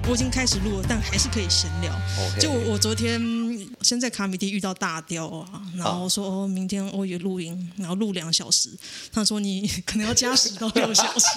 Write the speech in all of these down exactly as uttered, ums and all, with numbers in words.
我已经开始录了，但还是可以闲聊。 Okay. 就 我, 我昨天先在卡米蒂遇到大雕啊，然后说、哦、明天欧也录音，然后录两个小时。他说你可能要加时到六小时。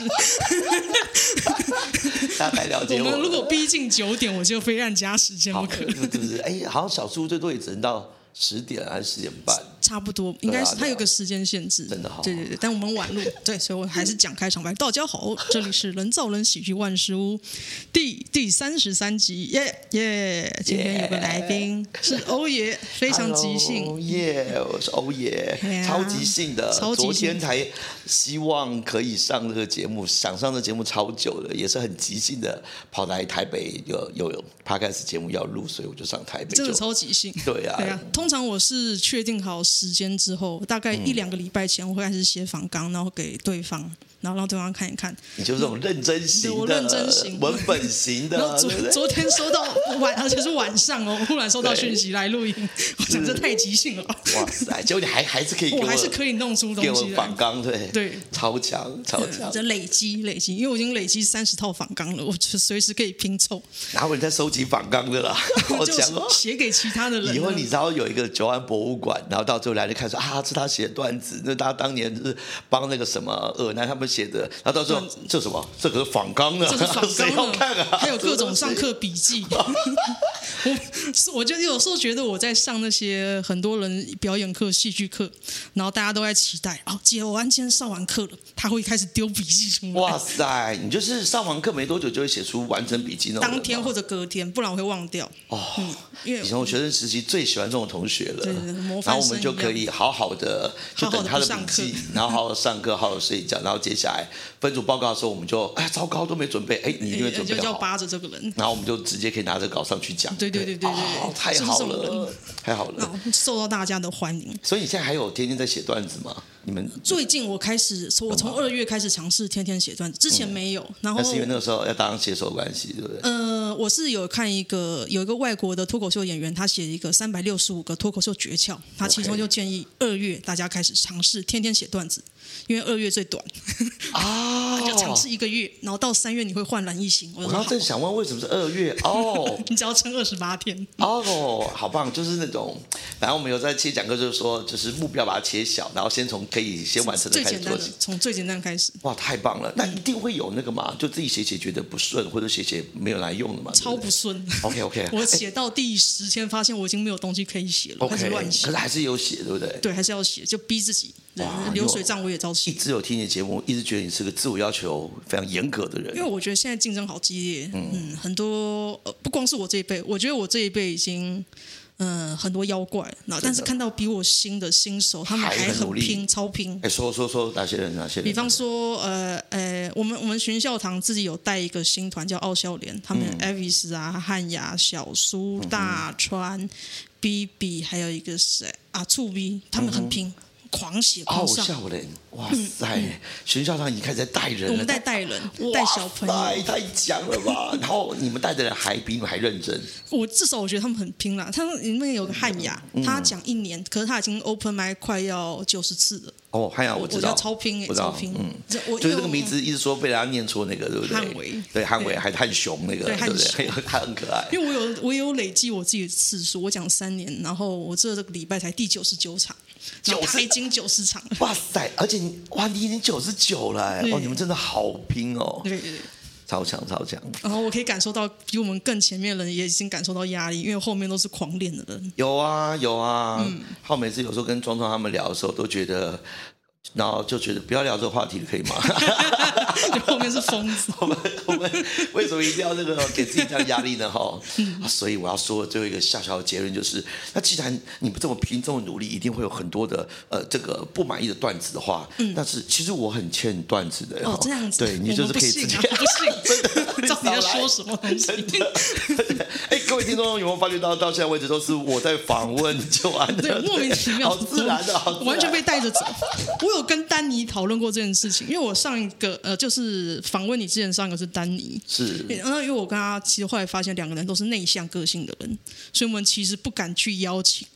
大概了解我。 我们如果逼近九点，我就非按加时间不可。 是不是？哎，好像小叔最多也只能到十点还是十点半？ 差不多，应该是它有个时间限制。 真的好。 对对对，但我们晚录，对，所以我还是讲开场白。大家好，这里是人造人喜剧万事屋第第三十三集，耶耶！今天有个来宾是欧爷，非常即兴。 耶，我是欧爷，超即兴的。 超即兴。 昨天才希望可以上这个节目，想上这节目超久了，也是很即兴的跑来台北有有有 podcast 节目要录，所以我就上台北。 真的超即兴。 对啊， 对啊。通常我是确定好时间之后，大概一两个礼拜前，我会开始写访纲，然后给对方，然后让对方看一看。 你就是这种认真型的， 我认真型文本型的。 然后昨昨天收到晚，而且是晚上哦，忽然收到讯息来录音，我想这太即兴了。 哇塞！结果你还还是可以给我， 我还是可以弄出东西来。 给我访纲，对对， 超强超强。 这累积累积，因为我已经累积三十套访纲了，我就随时可以拼凑。 哪有人在收集访纲的啦？好强哦！ 写给其他的人。 以后你知道有一个九安博物馆，然后到最后来就看说啊，这是他写的段子，那他当年是帮那个什么尔南他们写的，然后到时候这什么，这可是访纲呢， 这是访纲谁要看啊？ 还有各种上课笔记。我我就有时候觉得我在上那些很多人表演课、戏剧课，然后大家都在期待哦，姐，我今天上完课了，他会开始丢笔记出来。 哇塞，你就是上完课没多久就会写出完整笔记那种。 当天或者隔天，不然我会忘掉。 哦， 嗯，因为以前我学生时期最喜欢这种同学了， 对对对，模然后我们就可以好好的就等他的笔记，然后好好上课，好好睡觉，然后接下来分组报告的时候，我们就哎糟糕都没准备，哎你一定会准备好， 就要扒着这个人， 然后我们就直接可以拿着稿上去讲。 对对对对对， 哦，太好了，太好了， 受到大家的欢迎。 所以你现在还有天天在写段子吗？你们最近我开始，我从二月开始尝试天天写段子，之前没有。嗯、然后那是因为那个时候要当写手关系，对不对？ 呃，我是有看一个有一个外国的脱口秀演员，他写一个三百六十五个脱口秀诀窍，他其中就建议二月大家开始尝试天天写段子，因为二月最短啊， 就尝试一个月，然后到三月你会焕然一新。我刚刚正想问为什么是二月哦， 你只要撑二十八天哦，好棒！就是那种，反正我们有在切讲课，就是说，就是目标把它切小，然后先从可以先完成的开始做起， 从最简单开始。 哇，太棒了！那一定会有那个嘛，就自己写写觉得不顺，或者写写没有来用的嘛， 超不顺。 OK OK， 我写到第十天，发现我已经没有东西可以写了， okay, 开始乱写。 可是还是有写，对不对？ 对，还是要写，就逼自己。流水账我也照写。 一直有听你的节目，一直觉得你是个自我要求非常严格的人。 因为我觉得现在竞争好激烈，嗯，嗯很多、呃、不光是我这一辈，我觉得我这一辈已经。嗯，很多妖怪，然后但是看到比我新的新手，他们还很拼，超拼。 哎，说说说哪些人？哪些人？ 比方说，呃呃，我们我们学校堂自己有带一个新团叫傲笑脸，他们 Avis 啊、汉雅、小苏、大川、B B， 还有一个谁啊，醋 B， 他们很拼。狂写狂上， 傲笑脸，哇塞！嗯嗯、学校上已经开始在带人了， 我们带带人，带小朋友， 太强了吧！然后你们带的人还比你们还认真。 我至少我觉得他们很拼啦。他们里面有个汉雅，嗯、他讲一年，可是他已经 open mic 快要九十次了。 哦，汉雅我知道， 我觉得超拼哎、欸，超拼。嗯， 就是那个名字一直说被人家念错那个，对不对？ 汉维， 对汉维还汉雄那个，对不对？他很可爱。 因为我有我有累积我自己的次数，我讲三年，然后我这个礼拜才第九十九场。台京九十场， 哇塞！而且你哇，你已经九十九了哎！哦，你们真的好拼哦！ 对对对， 超强超强。 然后我可以感受到，比我们更前面的人也已经感受到压力，因为后面都是狂练的人。 有啊有啊，嗯，浩每次有时候跟庄庄他们聊的时候，都觉得。然后就觉得不要聊这个话题了，可以吗？ 就后面是疯子。 我们我们为什么一定要那个给自己这样压力呢？哈、嗯啊，所以我要说的最后一个小小的结论就是：那既然你们这么拼、这么努力，一定会有很多的呃这个不满意的段子的话，嗯、但是其实我很欠段子的。 哦，这样子， 对你就是可以自己。 我不信、啊，不信，真的，到底在说什么东西？ 哎，各位听众有没有发觉到，到现在为止都是我在访问就完了， 对，莫名其妙， 好自然的，好自然完全被带着走。我有跟丹尼讨论过这件事情，因为我上一个呃，就是访问你之前上一个是丹尼， 是， 然后因为我跟他其实后来发现两个人都是内向个性的人，所以我们其实不敢去邀请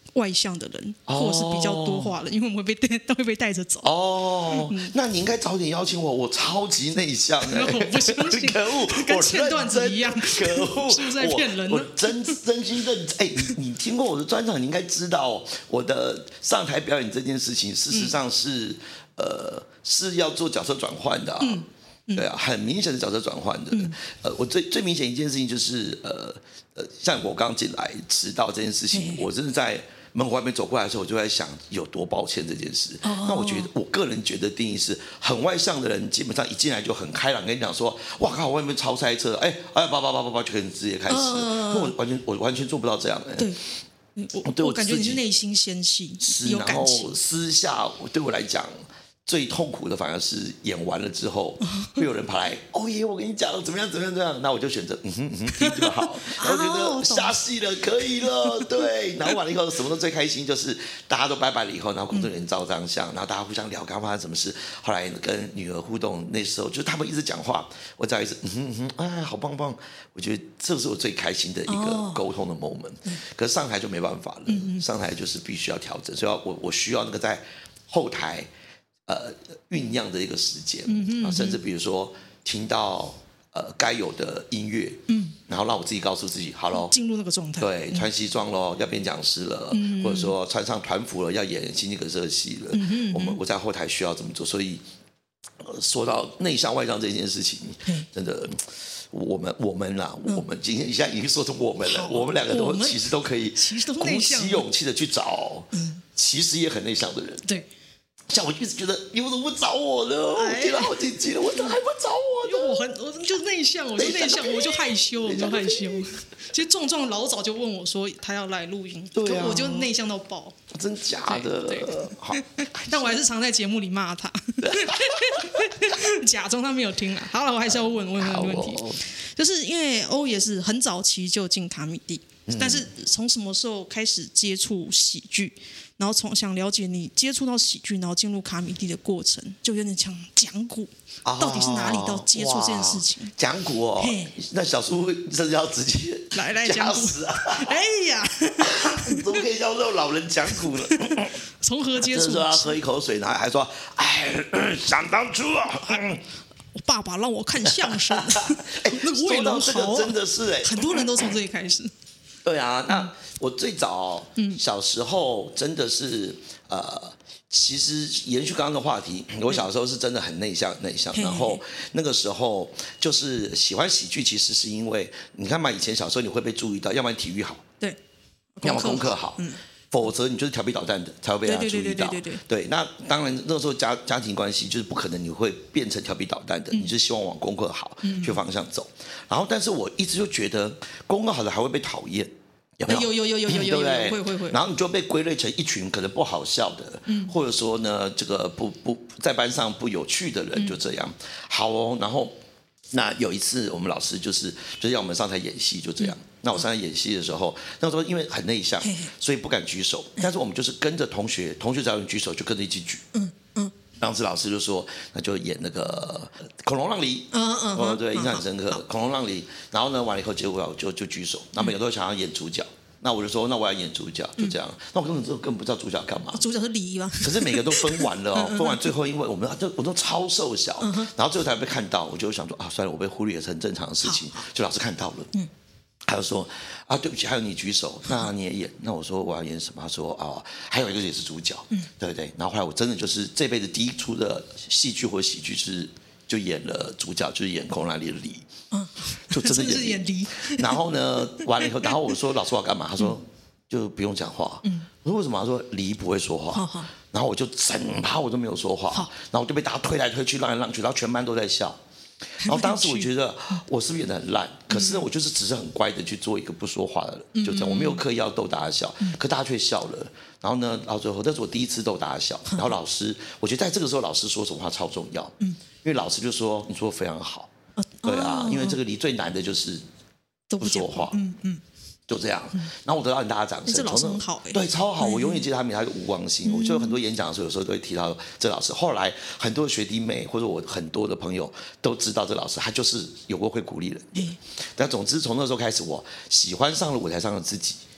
外向的人，或者是比较多话的，因为我们会被带都会被带着走。 哦，嗯、那你应该早点邀请我，我超级内向哎、欸， 我不相信， 可恶， 跟欠段子一样， 可恶， 是不是在骗人呢？ 我, 我真真心认哎、欸，你你听过我的专场，你应该知道我的上台表演这件事情，事实上是、嗯、呃是要做角色转换的、啊。嗯对啊，很明显的角色转换的。嗯、呃，我最最明显一件事情就是，呃呃，像我刚进来迟到这件事情，我真的在门口外面走过来的时候，我就在想有多抱歉这件事。哦、那我觉得，我个人觉得定义是很外向的人，基本上一进来就很开朗，跟你讲说，哇靠，外面超塞车，哎哎，叭叭叭叭叭，就可以直接开始。哦、那我完全我完全做不到这样的。 对。我, 对 我, 我感觉你是内心纤细，有感情。 然后私下对我来讲。最痛苦的反而是演完了之后，会有人跑来，哦耶，我跟你讲怎么样怎么样怎么样，那我就选择嗯哼嗯哼听就好，然后觉得下戏了可以了，对，然后完了以后什么都最开心，就是大家都拜拜了以后，然后工作人员照张相，然后大家互相聊刚发生什么事，后来跟女儿互动，那时候就他们一直讲话，我再一次嗯哼嗯哼，哎，好棒棒，我觉得这是我最开心的一个沟通的 moment，、哦、可是上台就没办法了，嗯、上台就是必须要调整，所以我我需要那个在后台。呃，酝酿的一个时间，嗯嗯、甚至比如说听到呃该有的音乐，嗯，然后让我自己告诉自己，好咯， 进入那个状态， 对，穿西装咯，要变讲师了，嗯、或者说穿上团服了，要演新格色戏了，嗯、我们我在后台需要这么做，所以、呃、说到内向外向这件事情，真的。我们我们啦，嗯、我们今天现在已经说成我们了，我们两个都其实都可以鼓起勇气的去找，嗯、其实也很内向的人， 对。 像我一直觉得你为什么不找我呢？我听了好几集了，我怎么还不找我呢？ 因为我很，我就内向，我就内向，我就害羞，我就害羞。其实壮壮老早就问我说他要来录音， 对啊， 我就内向到爆。 真假的？ 对，对好，但我还是常在节目里骂他，假装他没有听啦。好了，我还是要问问问问题，哦、就是因为欧也是很早期就进卡米蒂，嗯、但是从什么时候开始接触喜剧？然后从想了解你接触到喜剧，然后进入卡米蒂的过程，就有点像讲古，哦、到底是哪里到接触这件事情？ 讲古哦，那小叔甚至要直接来来讲古啊！ 哎呀， 怎么可以叫这种老人讲古呢？ 从何接触？ 说要喝一口水，然后还说：“哎，想当初啊。” 我爸爸让我看相声， 哎，那我能好，真的是哎， 很多人都从这里开始。 对啊，那我最早小时候真的是、嗯、呃，其实延续刚刚的话题，我小时候是真的很内向内向，然后那个时候就是喜欢喜剧，其实是因为你看嘛，以前小时候你会被注意到，要不然体育好， 对， 要么功课好，嗯。否则你就是调皮捣蛋的，才会被大家注意到。对对对对对对。对，那当然那时候家家庭关系就是不可能你会变成调皮捣蛋的，嗯、你是希望往功课好去、嗯、方向走。然后，但是我一直就觉得功课好的还会被讨厌，有没有？ 有有有有有有有，对会会会。 然后你就被归类成一群可能不好笑的，嗯、或者说呢，这个不不在班上不有趣的人，就这样。嗯、好哦，然后。那有一次，我们老师就是就是要我们上台演戏，就这样。嗯、那我上台演戏的时候，那时候因为很内向，所以不敢举手。但是我们就是跟着同学，同学只要有人举手，就跟着一起举。嗯嗯。当时老师就说，那就演那个恐龙浪梨。嗯嗯。哦，对，印象很深刻。恐龙浪梨，然后呢，完了以后，结果我就就举手。那每个都想要演主角。那我就说，那我要演主角，就这样。嗯、那我根本就根本不知道主角干嘛。 主角是梨吗？ 可是每个都分完了哦，分完最后，因为我们都我都超瘦小，嗯、然后最后才被看到，我就想说啊，算了，我被忽略也是很正常的事情。就老师看到了，嗯，他就说啊，对不起，还有你举手，那你也演。那我说我要演什么？他说啊，还有一个也是主角，嗯，对不对？然后后来我真的就是这辈子第一出的戏剧或喜剧是就演了主角，就是演恐龙里的梨。嗯，就真的演, 演梨， 然后呢，完了以后，然后我说老师我要干嘛？他说、嗯、就不用讲话。嗯，我说为什么？他说梨不会说话。好好，然后我就整趴我都没有说话，然后我就被大家推来推去，让来让去，然后全班都在笑。然后当时我觉得我是不是演得很烂？可是呢，我就是只是很乖的去做一个不说话的人，就这样，我没有刻意要逗大家笑，可大家却笑了。然后呢，到最后，那是我第一次逗大家笑。然后老师，我觉得在这个时候，老师说什么话超重要。嗯，因为老师就说你说得非常好。对啊，因为这个里最难的就是不说话，嗯嗯，就这样。然后我得到很大的掌声， 这老师很好哎， 对，超好。我永远记得他名，他是吴光兴。我就有很多演讲的时候，有时候都会提到这老师。后来很多学弟妹或者我很多的朋友都知道这老师，他就是有过会鼓励人。但总之从那时候开始，我喜欢上了舞台上的自己，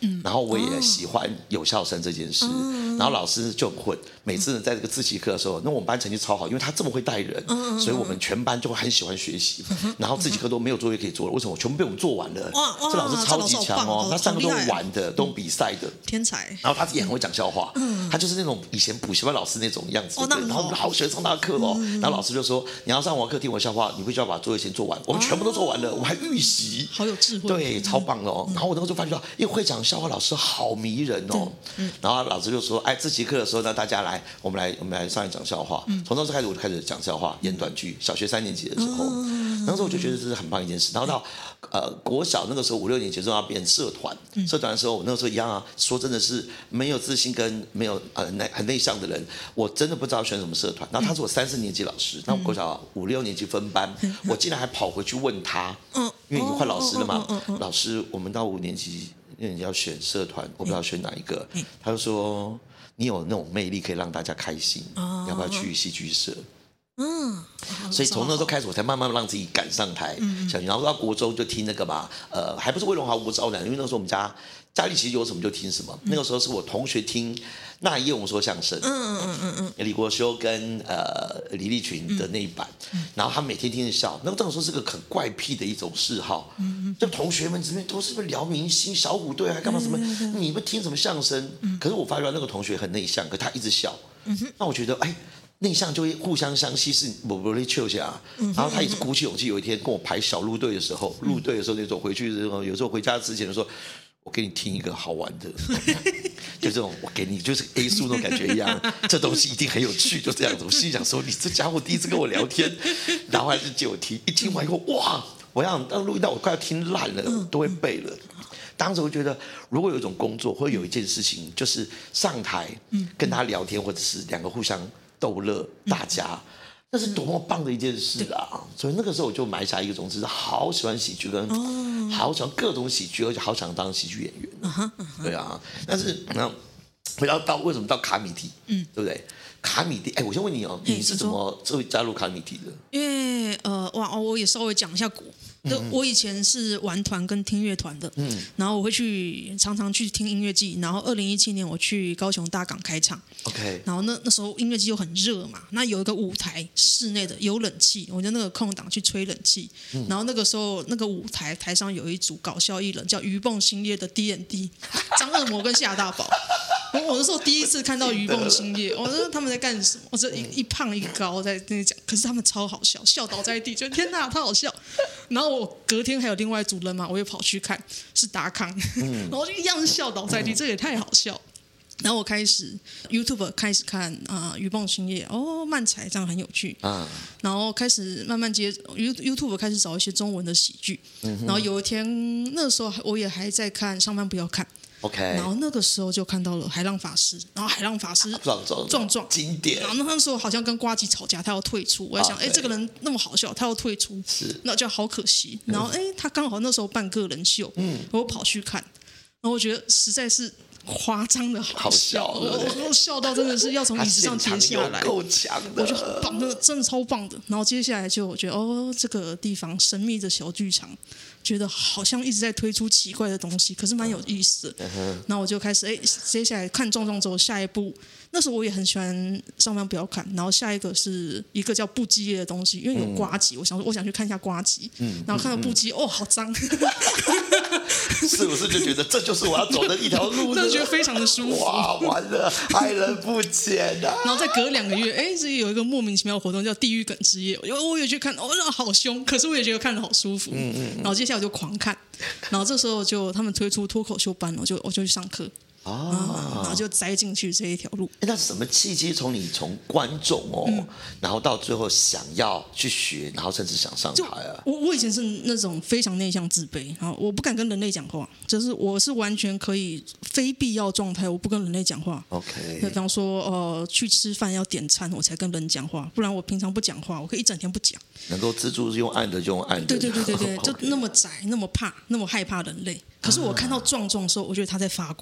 嗯，然后我也喜欢有笑声这件事，嗯、然后老师就很混，每次呢在这个自习课的时候，那我们班成绩超好，因为他这么会带人，嗯、所以我们全班就很喜欢学习，嗯、然后自习课都没有作业可以做了，为什么？全部被我们做完了， 哇哇这老师超级强哦，他上课都玩的，都比赛的， 天才。 然后他也很会讲笑话，嗯、他就是那种以前补习班老师那种样子，哦、然后我们好喜欢上他的课哦，嗯、然后老师就说你要上我的课听我笑话，你必须要把作业先做完，我们全部都做完了，哦、我们还预习， 好有智慧， 对，超棒的哦。 嗯、 然后我那时候就发觉到，因为会讲笑话老师好迷人哦，嗯嗯、然后老师就说，哎，自习课的时候呢，大家来，我们来，我们来上来讲笑话。嗯、从那时候开始，我就开始讲笑话，演短剧。小学三年级的时候，嗯、那时候我就觉得这是很棒一件事。然后到呃国小那个时候五六年级的时候要变社团，嗯、社团的时候，我那个时候一样啊，说真的是没有自信跟没有呃内很内向的人，我真的不知道选什么社团。然后他是我三四年级老师，那、嗯、我国小五六年级分班，嗯、我竟然还跑回去问他，嗯、因为已经换老师了嘛，嗯嗯、老师，我们到五年级。因为你要选社团，我不知道选哪一个，嗯、他就说你有那种魅力可以让大家开心，哦、要不要去戏剧社？嗯，所以从那时候开始，我才慢慢让自己赶上台。嗯、然后到国中就听那个嘛，呃，还不是魏荣豪吴昭南，因为那时候我们家家里其实有什么就听什么。嗯、那个时候是我同学听那一夜我们说相声，嗯嗯嗯嗯，李国修跟呃李立群的那一版，嗯、然后他每天听着笑，那个这种时候是个很怪癖的一种嗜好，嗯、就同学们这边都是不是聊明星小虎队还干嘛什么，嗯、你们听什么相声？嗯、可是我发觉那个同学很内向，可他一直笑，嗯、那我觉得哎。内向就会互相相吸，是我不会笑下。然后他也是鼓起勇气，有一天跟我排小路队的时候，入队的时候那种回去的时候，有时候回家之前就说：“我给你听一个好玩的，就这种我给你就是 A 数那种感觉一样，这东西一定很有趣，就这样子。”我心里想说：“你这家伙第一次跟我聊天，然后还是借我听，一听完以后，哇！我想当录音到我快要听烂了，都会背了。”当时我觉得，如果有一种工作或有一件事情，就是上台跟他聊天，或者是两个互相。逗乐大家，那是多么棒的一件事啊！所以那个时候我就埋下一个种子，好喜欢喜剧，跟好喜欢各种喜剧，而且好想当喜剧演员。对啊，但是那回到到为什么到卡米蒂？嗯，对不对？卡米蒂，哎，我先问你哦，你是怎么会加入卡米蒂的？ 因为呃，哇，我也稍微讲一下古。就我以前是玩团跟听乐团的，嗯、然后我会去常常去听音乐季，然后二零一七年我去高雄大港开场 ，OK， 然后那那时候音乐季又很热嘛，那有一个舞台室内的有冷气，我就那个空档去吹冷气，嗯、然后那个时候那个舞台台上有一组搞笑艺人叫鱼蹦兴业的 D and D， 张恶魔跟夏大宝。我我那时候第一次看到鱼蹦兴业，我说他们在干什么？我这一一胖一高在那里讲，可是他们超好笑，笑倒在地，就天哪，太好笑。然后我隔天还有另外一组人嘛，我也跑去看，是达康，嗯、然后就一样笑倒在地，这也太好笑。然后我开始 YouTube 开始看啊，鱼蹦兴业哦，漫才这样很有趣啊。然后开始慢慢接 YouTube 开始找一些中文的喜剧。嗯、然后有一天那时候我也还在看上班不要看。 OK， 然后那个时候就看到了海浪法师，然后海浪法师壮壮壮壮经典， 然后那时候好像跟呱吉吵架，他要退出，我在想，哎、啊，这个人那么好笑，他要退出， 是， 那就好可惜。然后哎，他刚好那时候办个人秀，嗯，我跑去看，然后我觉得实在是夸张的好笑， 好笑我我笑到真的是要从椅子上跌下来， 够强的， 我觉得很棒，真的真的超棒的。然后接下来就我觉得哦，这个地方神秘的小剧场。觉得好像一直在推出奇怪的东西，可是蛮有意思的。然后我就开始哎，接下来看壮壮之后，下一步那时候我也很喜欢上班不要看，然后下一个是一个叫不羁夜的东西，因为有呱吉，我想说我想去看一下呱吉，嗯、然后看到不羁，哦，好脏， 是不是就觉得这就是我要走的一条路呢？ 真的觉得非常的舒服。 哇，完了，爱人不浅啊！ 然后再隔两个月，哎，这有一个莫名其妙的活动叫地狱梗之夜，我我也去看，哦，好凶，可是我也觉得看得好舒服。嗯嗯，然后接下来我就狂看，然后这时候就他们推出脱口秀班，我就我就去上课。啊、嗯，然后就栽进去这一条路。 那什么契机从你从观众哦，嗯、然后到最后想要去学，然后甚至想上台啊？ 我我以前是那种非常内向自卑，然后我不敢跟人类讲话，就是我是完全可以非必要状态，我不跟人类讲话。 OK， 比方说呃去吃饭要点餐，我才跟人讲话，不然我平常不讲话，我可以一整天不讲。 能够自助用按的就用按的。 对对对对对，就那么窄，那么怕，那么害怕人类。可是我看到壮壮的时候，我觉得他在发光。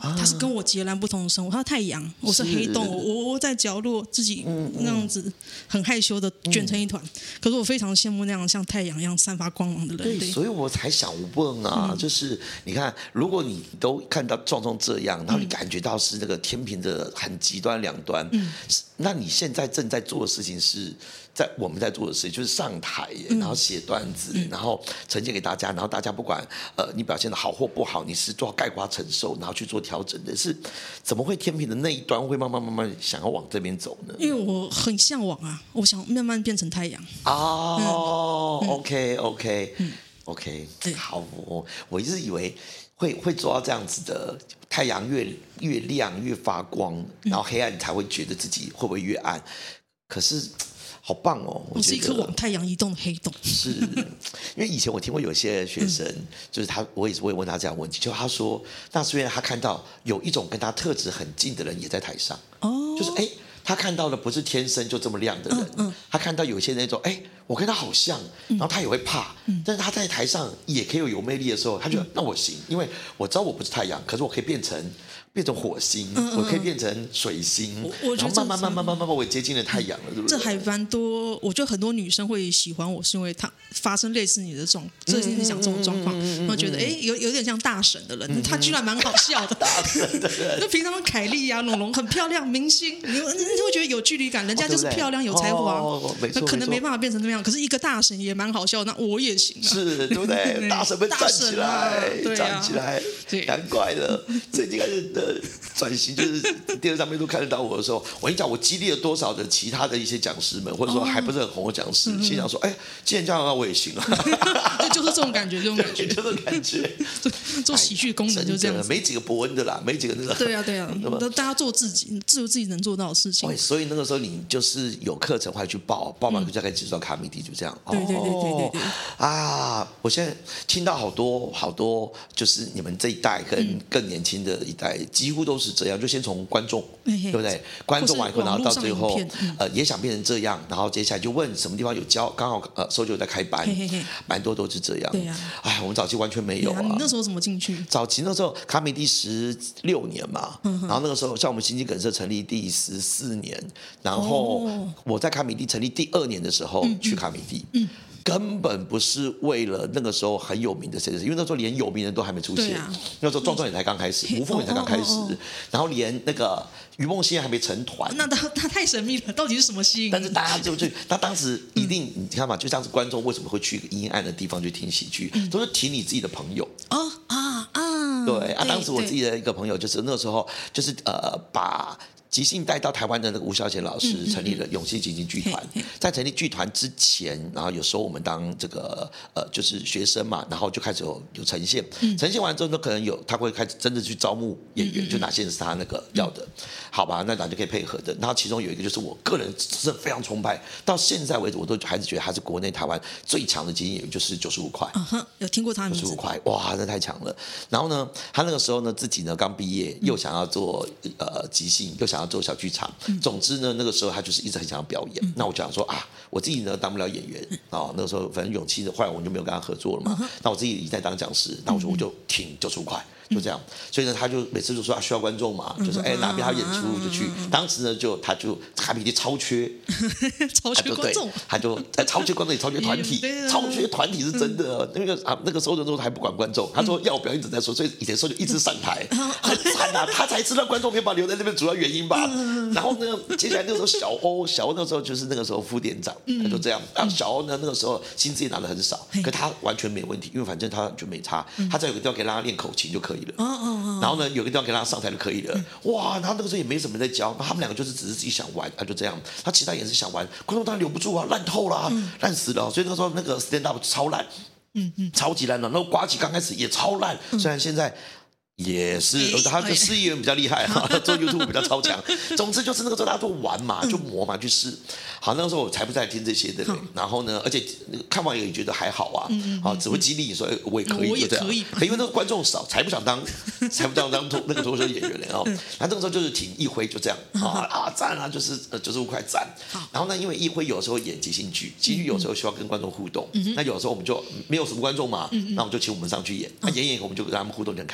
啊、他是跟我截然不同的生活，他是太阳，我是黑洞，我我在角落自己那样子很害羞的卷成一团、嗯。可是我非常羡慕那样像太阳一样散发光芒的人。 对， 对， 所以我才想问啊、嗯，就是你看，如果你都看到壮壮这样，然后你感觉到是那个天平的很极端两端，嗯，那你现在正在做的事情是在我们在做的事情，就是上台耶，然后写段子、嗯，然后呈现给大家，然后大家不管呃你表现的好或不好，你是做概括承受，然后去做调整的，是怎么会天平的那一端会慢慢慢慢想要往这边走呢？ 因为我很向往啊，我想慢慢变成太阳。 哦、嗯、，OK OK、嗯、OK， 好，我我一直以为会会做到这样子的，太阳越越亮越发光，然后黑暗才会觉得自己会不会越暗，可是。好棒哦！我, 我是一颗往太阳移动的黑洞。 是，因为以前我听过有些学生，嗯、就是他，我也是会问他这样的问题，就他说，那是因为他看到有一种跟他特质很近的人也在台上，哦，就是哎，他看到的不是天生就这么亮的人，嗯嗯、他看到有一些那种，哎，我跟他好像，然后他也会怕，嗯、但是他在台上也可以有有魅力的时候，他觉得、嗯、那我行，因为我知道我不是太阳，可是我可以变成。变成火星、嗯嗯，我可以变成水星，我我觉得然后慢慢慢慢慢慢慢，我接近了太阳了，对不对？ 这还蛮多，我觉得很多女生会喜欢我，是因为她发生类似你的状，这是你想这种状况，然后觉得哎，有有点像大神的人，嗯、他居然蛮好笑的。 大神的人， 就平常凯莉啊、龙龙很漂亮，明星，你你会觉得有距离感，人家就是漂亮、有才华， 哦、 那可能没办法变成那样。可是一个大神也蛮好笑，那我也行、啊， 是对不对？大神们站起来， 啊、 站起来，难怪了，最近开始的转型。就是电视上面都看得到我的时候，我跟你讲，我激励了多少的其他的一些讲师们，或者说还不是很红的讲师，哦、心想说，哎，既然这样的话，我也行啊。 对，就是这种感觉，这种感觉， 这种感觉。 做喜剧功能就这样子， 没几个伯恩的啦，没几个那个。 对啊，对啊，大家做自己，做自己能做到的事情。 所以那个时候你就是有课程会去报，报完就再开始接触到卡米蒂，就这样。 对对对对对对。 啊，我现在听到好多好多，就是你们这一代跟更年轻的一代，几乎都是这样。就先从观众，嘿嘿对不对？观众完以后，然后到最后，嗯、呃，也想变成这样，然后接下来就问什么地方有教，刚好呃，搜救在开班，嘿嘿蛮多都是这样。 对呀、 啊，哎，我们早期完全没有啊。 啊你那时候怎么进去？ 早期那时候卡米蒂十六年嘛、嗯，然后那个时候像我们心肌梗塞成立第十四年，然后我在卡米蒂成立第二年的时候、哦、去卡米蒂。嗯嗯根本不是为了那个时候很有名的谁谁，因为那时候连有名人都还没出现。啊、那时候壮壮也才刚开始，吴凤也才刚开始，哦哦哦然后连那个于梦欣还没成团。 那他他太神秘了，到底是什么吸引？ 但是大家就去，他当时一定、嗯、你看嘛，就像是观众为什么会去一个阴暗的地方去听喜剧，嗯、都是听你自己的朋友。 哦啊啊！ 对啊，当时我自己的一个朋友就是那时候就是呃把。即兴带到台湾的那个吴孝贤老师成立了永信即兴剧团，在成立剧团之前，然后有收我们当这个呃就是学生嘛，然后就开始有有呈现，呈现完之后呢，可能有他会开始真的去招募演员，就哪些人是他那个要的，好吧，那咱就可以配合的。然后其中有一个就是我个人是非常崇拜，到现在为止我都还是觉得他是国内台湾最强的即兴演员，就是九十五块， 嗯哼，有听过他的名字， 九十五块，哇，那太强了。然后呢，他那个时候呢自己呢刚毕业，又想要做呃即兴，又想要做小剧场，嗯、总之呢，那个时候他就是一直很想要表演。嗯、那我就想说啊，我自己呢当不了演员啊、哦，那个时候反正勇气的，后来我就没有跟他合作了嘛。嗯、那我自己一直在当讲师，那我说我就挺九十五块。就这样，所以呢，他就每次就说他需要观众嘛，就是哎哪边他演出就去。当时呢，就他就卡米蒂超缺， 超缺观众， 他就哎超缺观众，也超缺团体，超缺团体是真的。那个啊，那个时候的时候还不管观众，他说要表演者再说，所以以前时候就一直上台，很惨啊，他才知道观众没有把留在那边主要原因吧。然后呢，接下来那个时候小欧，小欧那个时候就是那个时候副店长，他就这样。然后小欧呢那个时候薪资也拿的很少，可他完全没问题，因为反正他就没差，他只要有个地方可以让他练口琴就可以。 哦哦哦， 然后呢，有个地方给他上台就可以了。嗯、哇，然后那个时候也没什么人在教，他们两个就是只是自己想玩啊，就这样。他其他也是想玩，观众当然留不住啊，烂透了、啊，嗯、烂死了。所以那个时候那个 stand up 超烂，嗯嗯，超级烂的。然后刮起刚开始也超烂，嗯、虽然现在。也是，他的事业比较厉害哈，做 YouTube 比较超强。总之就是那个时候大家都玩嘛，就磨嘛，去试。好，那个时候我才不在听这些的。然后呢，而且看完也觉得还好啊，好，只会激励你说我也可以， 我也可以。 因为那个观众少，才不想当，才不想当那个脱口秀演员嘞哦。那那个时候就是挺一辉就这样啊啊赞啊，就是九十五块赞。然后呢，因为一辉有时候演即兴剧，即兴剧有时候需要跟观众互动，那有时候我们就没有什么观众嘛，那我们就请我们上去演，那演演我们就跟他们互动就很开心。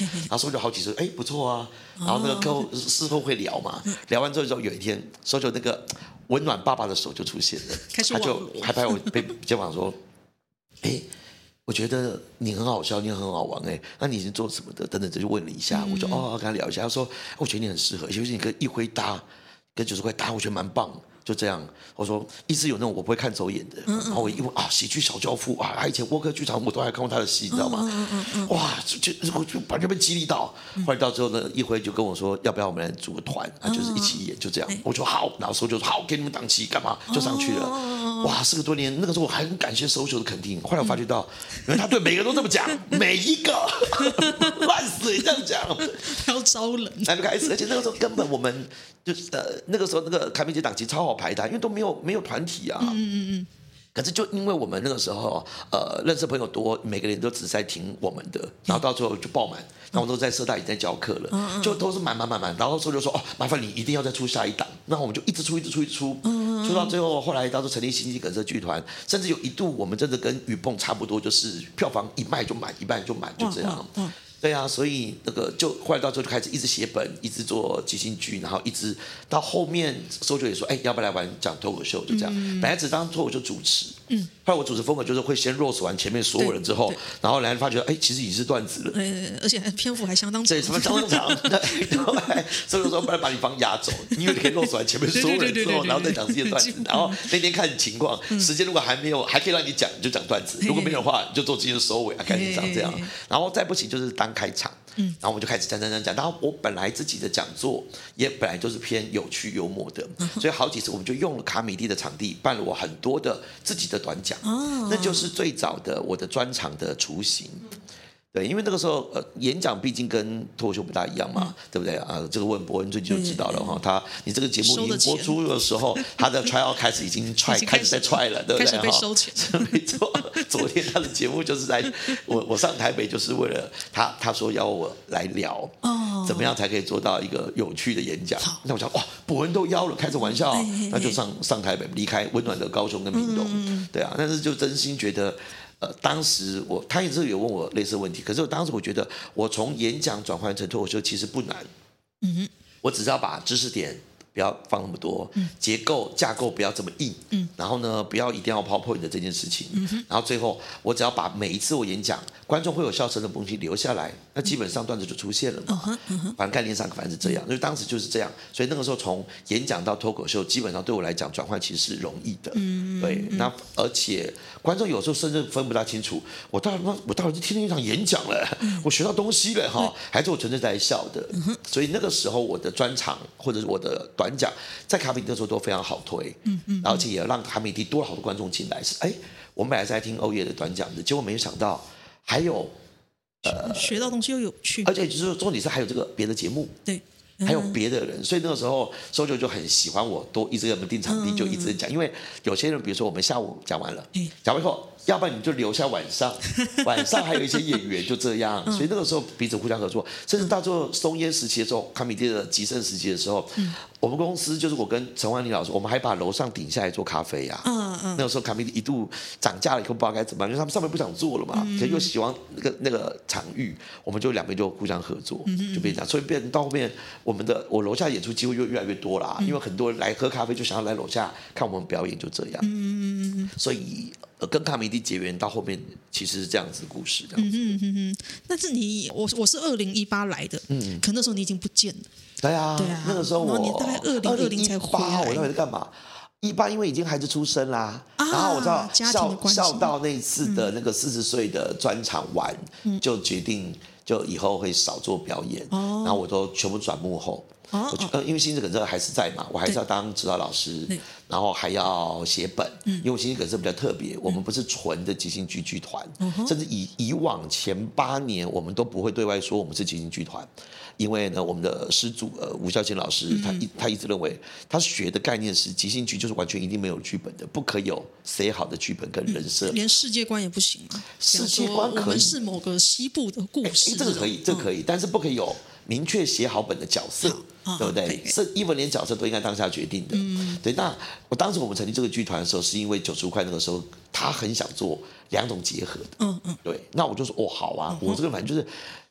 然后搜救好几次，哎，不错啊。然后那个客户事后会聊嘛，聊完之后就有一天，搜救那个温暖爸爸的手就出现了，他就还拍我背肩膀说，哎。我觉得你很好笑，你很好玩哎，那你是做什么的？等等，这就问了一下，嗯、我就哦跟他聊一下，他说我觉得你很适合，尤其你跟一辉搭，跟九十块搭，我觉得蛮棒。就这样，我说一直有那种我不会看走眼的，嗯嗯然后我一问啊，喜剧小教父啊，他以前沃克剧场我都还看过他的戏，你知道吗？嗯嗯嗯哇，就就我就完全被激励到。后来到之后呢，一辉就跟我说，要不要我们来组个团啊？就是一起演，就这样。我说好，然后搜就说好，给你们档期，干嘛就上去了。哇，四个多年，那个时候我还很感谢搜救的肯定。后来我发觉到，原来他对每个人都这么讲，每一个烂死也这样讲， 要招人， 还没开始，而且那个时候根本我们就是呃那个时候那个开明节档期超好排的，因为都没有没有团体啊。嗯嗯嗯。可是就因为我们那个时候呃认识朋友多，每个人都只在听我们的，然后到最后就爆满，然后我都在社大已经在教课了，嗯、就都是满满满满，然后说就说哦麻烦你一定要再出下一档，那我们就一直出一直出一直出，嗯、出到最后后来到时候成立星际梗塞剧团，甚至有一度我们真的跟雨蹦差不多，就是票房一卖就满，一卖就满，就这样。嗯嗯对啊，所以那个就后来到最后就开始一直写本，一直做即兴剧，然后一直到后面搜救也说，哎，要不要来玩讲脱口秀？就这样，嗯、本来只当脱口秀主持，嗯，后来我主持风格就是会先 roast 完前面所有人之后，然后来发觉，哎，其实已是段子了， 呃，而且篇幅还相当长， 对，什么相当长，对，后来所以说不然把你方压走，因为你可以 roast 完前面所有人之后，然后再讲自己的段子，然后那天看情况，时间如果还没有，还可以让你讲，你就讲段子；如果没有的话，你就做今天的收尾啊，赶紧讲这样，然后再不行就是当开场。嗯，然后我们就开始讲讲讲讲，然后我本来自己的讲座也本来就是偏有趣幽默的，所以好几次我们就用了卡米蒂的场地办了我很多的自己的短讲，哦、那就是最早的我的专场的雏形。对，因为那个时候呃，演讲毕竟跟脱口秀不大一样嘛，嗯、对不对啊？这个问伯恩最近就知道了哈，他你这个节目已经播出的时候，他的 trial 开始已经 try 开始在 try 了，对不对？ 开始被收钱， 没错。昨天他的节目就是在我我上台北就是为了他，他说要我来聊哦，怎么样才可以做到一个有趣的演讲？那我想哇，伯恩都邀了，开着玩笑，那就上上台北，离开温暖的高雄跟屏东，嗯、对啊，但是就真心觉得。呃，当时我他也是有问我类似的问题，可是我当时我觉得我从演讲转换成脱口秀其实不难，嗯哼，我只是要把知识点不要放那么多，嗯、结构架构不要这么硬，嗯、然后呢，不要一定要 PowerPoint 的这件事情，嗯、然后最后我只要把每一次我演讲观众会有笑声的东西留下来，那基本上段子就出现了嘛，嗯嗯、反正概念上反正是这样，所以当时就是这样，所以那个时候从演讲到脱口秀，基本上对我来讲转换其实是容易的，嗯、对，那而且观众有时候甚至分不大清楚，我到底我到底是听了一场演讲了，嗯、我学到东西了哈，还是我纯粹在笑的，嗯、所以那个时候我的专场或者是我的短讲，在卡米蒂的时候都非常好推，嗯嗯，而且也让卡米蒂多了好多观众进来，是哎，我们本来是在听欧耶的短讲的，结果没想到还有呃学到东西又有趣， 而且就是重点是还有这个别的节目， 对。 还有别的人，所以那个时候搜救就很喜欢我，都一直给我们定场地，就一直讲。因为有些人，比如说我们下午讲完了，讲完以后，要不然你就留下晚上，晚上还有一些演员就这样。所以那个时候彼此互相合作，甚至到最后松烟时期的时候，卡米蒂的极盛时期的时候，我们公司就是我跟陈万林老师，我们还把楼上顶下来做咖啡呀、啊。那个时候卡米蒂一度涨价了以后，不知道该怎么办，因为他们上面不想做了嘛，可又喜欢那个那个场域，我们就两边就互相合作，就变成这样，所以变成到后面。我们的我楼下演出机会就越来越多啦，嗯、因为很多人来喝咖啡就想要来楼下看我们表演，就这样。嗯、所以、呃、跟卡米蒂结缘到后面其实是这样子的故事，这样子。嗯哼哼，但是你我我是二零一八来的，嗯，可那时候你已经不见了。 对啊， 对啊， 那个时候我你大概二零二零才回来。 我到底在干嘛？一八因为已经孩子出生啦，啊、然后我知道笑笑到那一次的那个四十岁的专场完，嗯、就决定。就以后会少做表演，哦、然后我都全部转幕后。哦我呃、因为新之梗塞还是在嘛，我还是要当指导老师，然后还要写本。嗯、因为我新之梗塞比较特别，嗯、我们不是纯的即兴剧剧团，嗯、甚至以以往前八年我们都不会对外说我们是即兴剧团。因为呢，我们的师祖呃吴孝谦老师，他一他一直认为，他学的概念是即兴剧就是完全一定没有剧本的，不可以有写好的剧本跟人设， 嗯、连世界观也不行吗？ 世界观可以，我们是某个西部的故事， 这个可以，这个可以，嗯、但是不可以有明确写好本的角色，哦、对不对？对是，even连角色都应该当下决定的。嗯、对，那我当时我们成立这个剧团的时候，是因为九十五块那个时候，他很想做两种结合的。嗯嗯，对，那我就说哦好啊，嗯、我这个反正就是。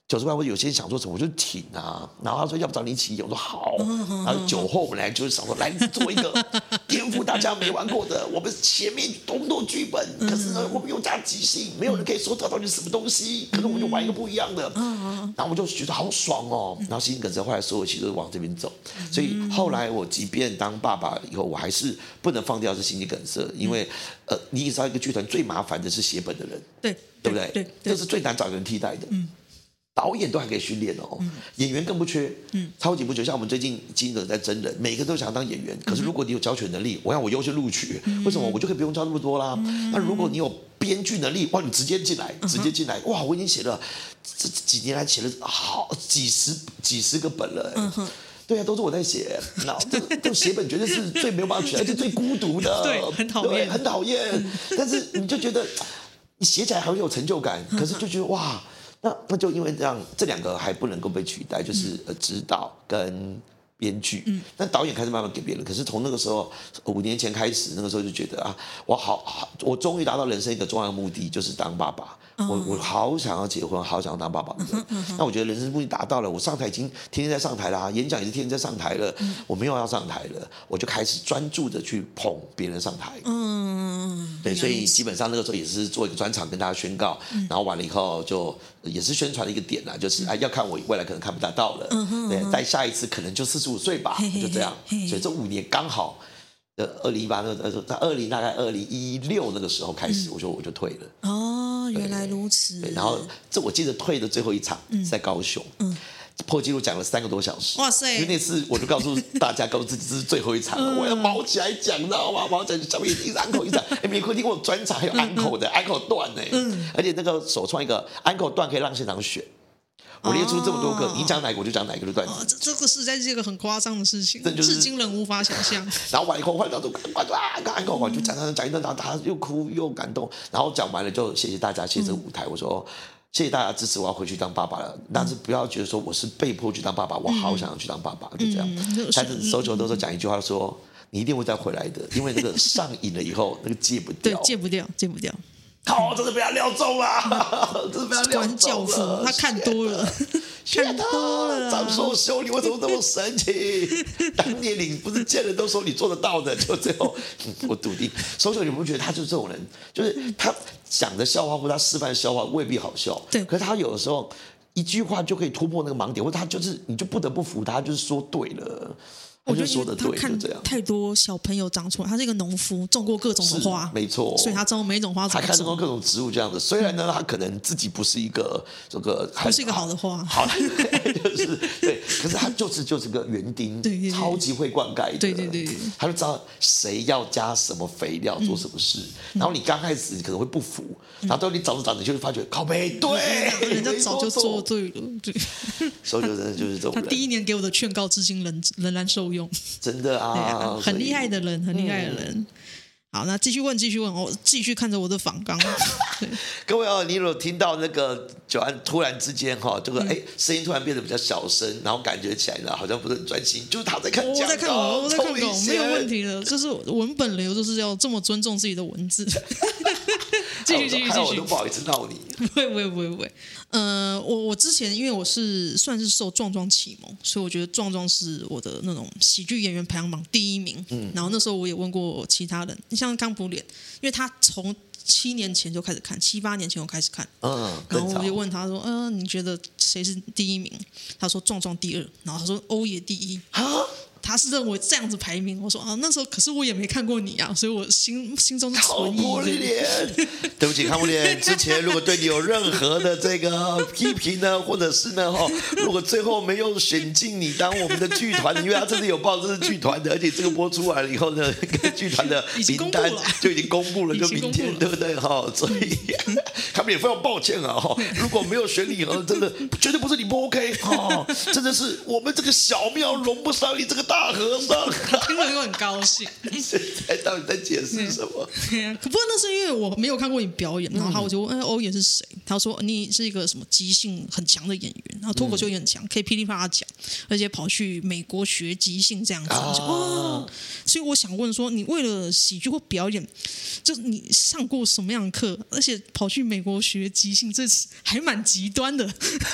九十块，或者有些人想说什么，我就挺啊。然后他说要不找你一起演，我说好。然后酒后我们来就是想说，来做一个颠覆大家没玩过的，我们前面多么多剧本，可是呢我们又加即兴，没有人可以说这到底是什么东西，可是我们就玩一个不一样的。然后我就觉得好爽哦。然后心肌梗塞后来所有其实都往这边走，所以后来我即便当爸爸以后，我还是不能放掉是心肌梗塞，因为呃，你也知道一个剧团最麻烦的是写本的人， 对对不对？ 对， 这是最难找人替代的。嗯。导演都还可以训练哦，嗯、演员更不缺，嗯，超级不缺。像我们最近金者在真人，每个都想当演员，可是如果你有教学能力，我让我优先录取，嗯、为什么我就可以不用教那么多啦？嗯、那如果你有编剧能力，哇，你直接进来，直接进来，哇，我已经写了这几年来写了好几十几十个本了，嗯对啊，都是我在写，那这这写本绝对是最没有办法取代，而且最孤独的， 对，很讨厌， 很讨厌。但是你就觉得你写起来还会有成就感，可是就觉得哇。那那就因为这样，这两个还不能够被取代，就是呃指导跟编剧。嗯，但导演开始慢慢给别人。可是从那个时候五年前开始，那个时候就觉得啊，我好好，我终于达到人生一个重要的目的，就是当爸爸。我我好想要结婚，好想要当爸爸的人。那我觉得人生目的达到了，我上台已经天天在上台啦，演讲也是天天在上台了。我没有要上台了，我就开始专注的去捧别人上台。嗯，对，所以基本上那个时候也是做一个专场跟大家宣告，然后完了以后就也是宣传的一个点啦，就是啊要看我未来可能看不大到了，对，在下一次可能就四十五岁吧，就这样。所以这五年刚好。呃，二零一八那个，在二零大概二零一六那个时候开始，嗯、我就我就退了。 哦，原来如此。 对，然后这我记得退的最后一场是在高雄，嗯、破纪录讲了三个多小时。 哇塞！ 因为那次我就告诉大家，告诉自己这是最后一场了，嗯、我要毛起来讲，你知道吗？毛起来下面一直安口一场，哎，没听过专场还有安口的安口段呢，嗯、而且那个首创一个安口段可以让现场选。我列出这么多个，哦、你讲哪个我就讲哪个的段子。 哦、这这个实在是一个很夸张的事情，就是、至今人无法想象。 然后完以后，换到都啊安口完就讲讲讲一段，然后他又哭又感动，然后讲完了就谢谢大家，谢谢这个舞台。嗯、我说谢谢大家支持，我要回去当爸爸了。但是不要觉得说我是被迫去当爸爸，我好想要去当爸爸，嗯、就这样。但是收球都是讲一句话说，你一定会再回来的，因为那个上瘾了以后，那个戒不掉， 对，戒不掉，戒不掉。 好，真的被他撩中了，真的被他撩中了。 教父，他看多了，看多了。 张硕兄，你为什么这么神奇？当年你不是见人都说你做得到的，就最后我笃定。收球，你不觉得他就是这种人？就是他讲的笑话或他示范的笑话未必好笑， 对。 可是他有的时候一句话就可以突破那个盲点，或者他就是你就不得不服他，就是说对了。 我觉得他看太多小朋友长出来，他是一个农夫，种过各种的花， 没错， 所以他知道每一种花怎么种。 他看过各种植物这样子，虽然呢，他可能自己不是一个这个不是一个好的花， 好，就是对，可是他就是就是个园丁， 对对对， 超级会灌溉的， 对对对， 他就知道谁要加什么肥料做什么事。嗯、然后你刚开始你可能会不服，嗯、然后到你找着找着就会发觉靠背对， 人家早就做对了，对。 所以就真的就是这种人。 他第一年给我的劝告，至今仍仍然受用。 真的啊， 啊很厉害的人，很厉害的人。嗯、好，那继续问，继续问，我继续看着我的访纲。 各位哦，你有听到那个九安突然之间哈、哦，这个哎、嗯、声音突然变得比较小声，然后感觉起来呢好像不是很专心，就是他在看讲稿， 我在看我，我在看稿，没有问题的。就是文本流，就是要这么尊重自己的文字。继续继续继续， 我都不好意思闹你。 不会不会不会不会。呃，我我之前因为我是算是受壮壮启蒙，所以我觉得壮壮是我的那种喜剧演员排行榜第一名。嗯，然后那时候我也问过其他人，像康普脸，因为他从七年前就开始看，七八年前我开始看。 嗯， 然后我就问他说：“嗯、呃，你觉得谁是第一名？”他说：“壮壮第二。”然后他说：“欧爷第一。”啊。他是认为这样子排名，我说啊，那时候可是我也没看过你啊，所以我心心中是存疑的。对不起，康布脸，之前如果对你有任何的这个批评呢，或者是呢，哈，如果最后没有选进你当我们的剧团，因为他真的有报这是剧团的，而且这个播出来了以后呢，剧团的名单就已经公布了，就明天对不对哈？所以康布脸非常抱歉啊，哈，如果没有选你，真的绝对不是你不 OK 哈，真的是我们这个小庙容不上你这个大和尚。 听了又很高兴。 现在到底在解释什么？ 可不过那是因为我没有看过你表演，然后他我就问欧爷是谁，他说你是一个什么即兴很强的演员，然后脱口秀也很强，可以噼里啪啦讲，而且跑去美国学即兴这样子。啊、哦，所以我想问说，你为了喜剧或表演，就是你上过什么样的课，而且跑去美国学即兴，这还蛮极端的。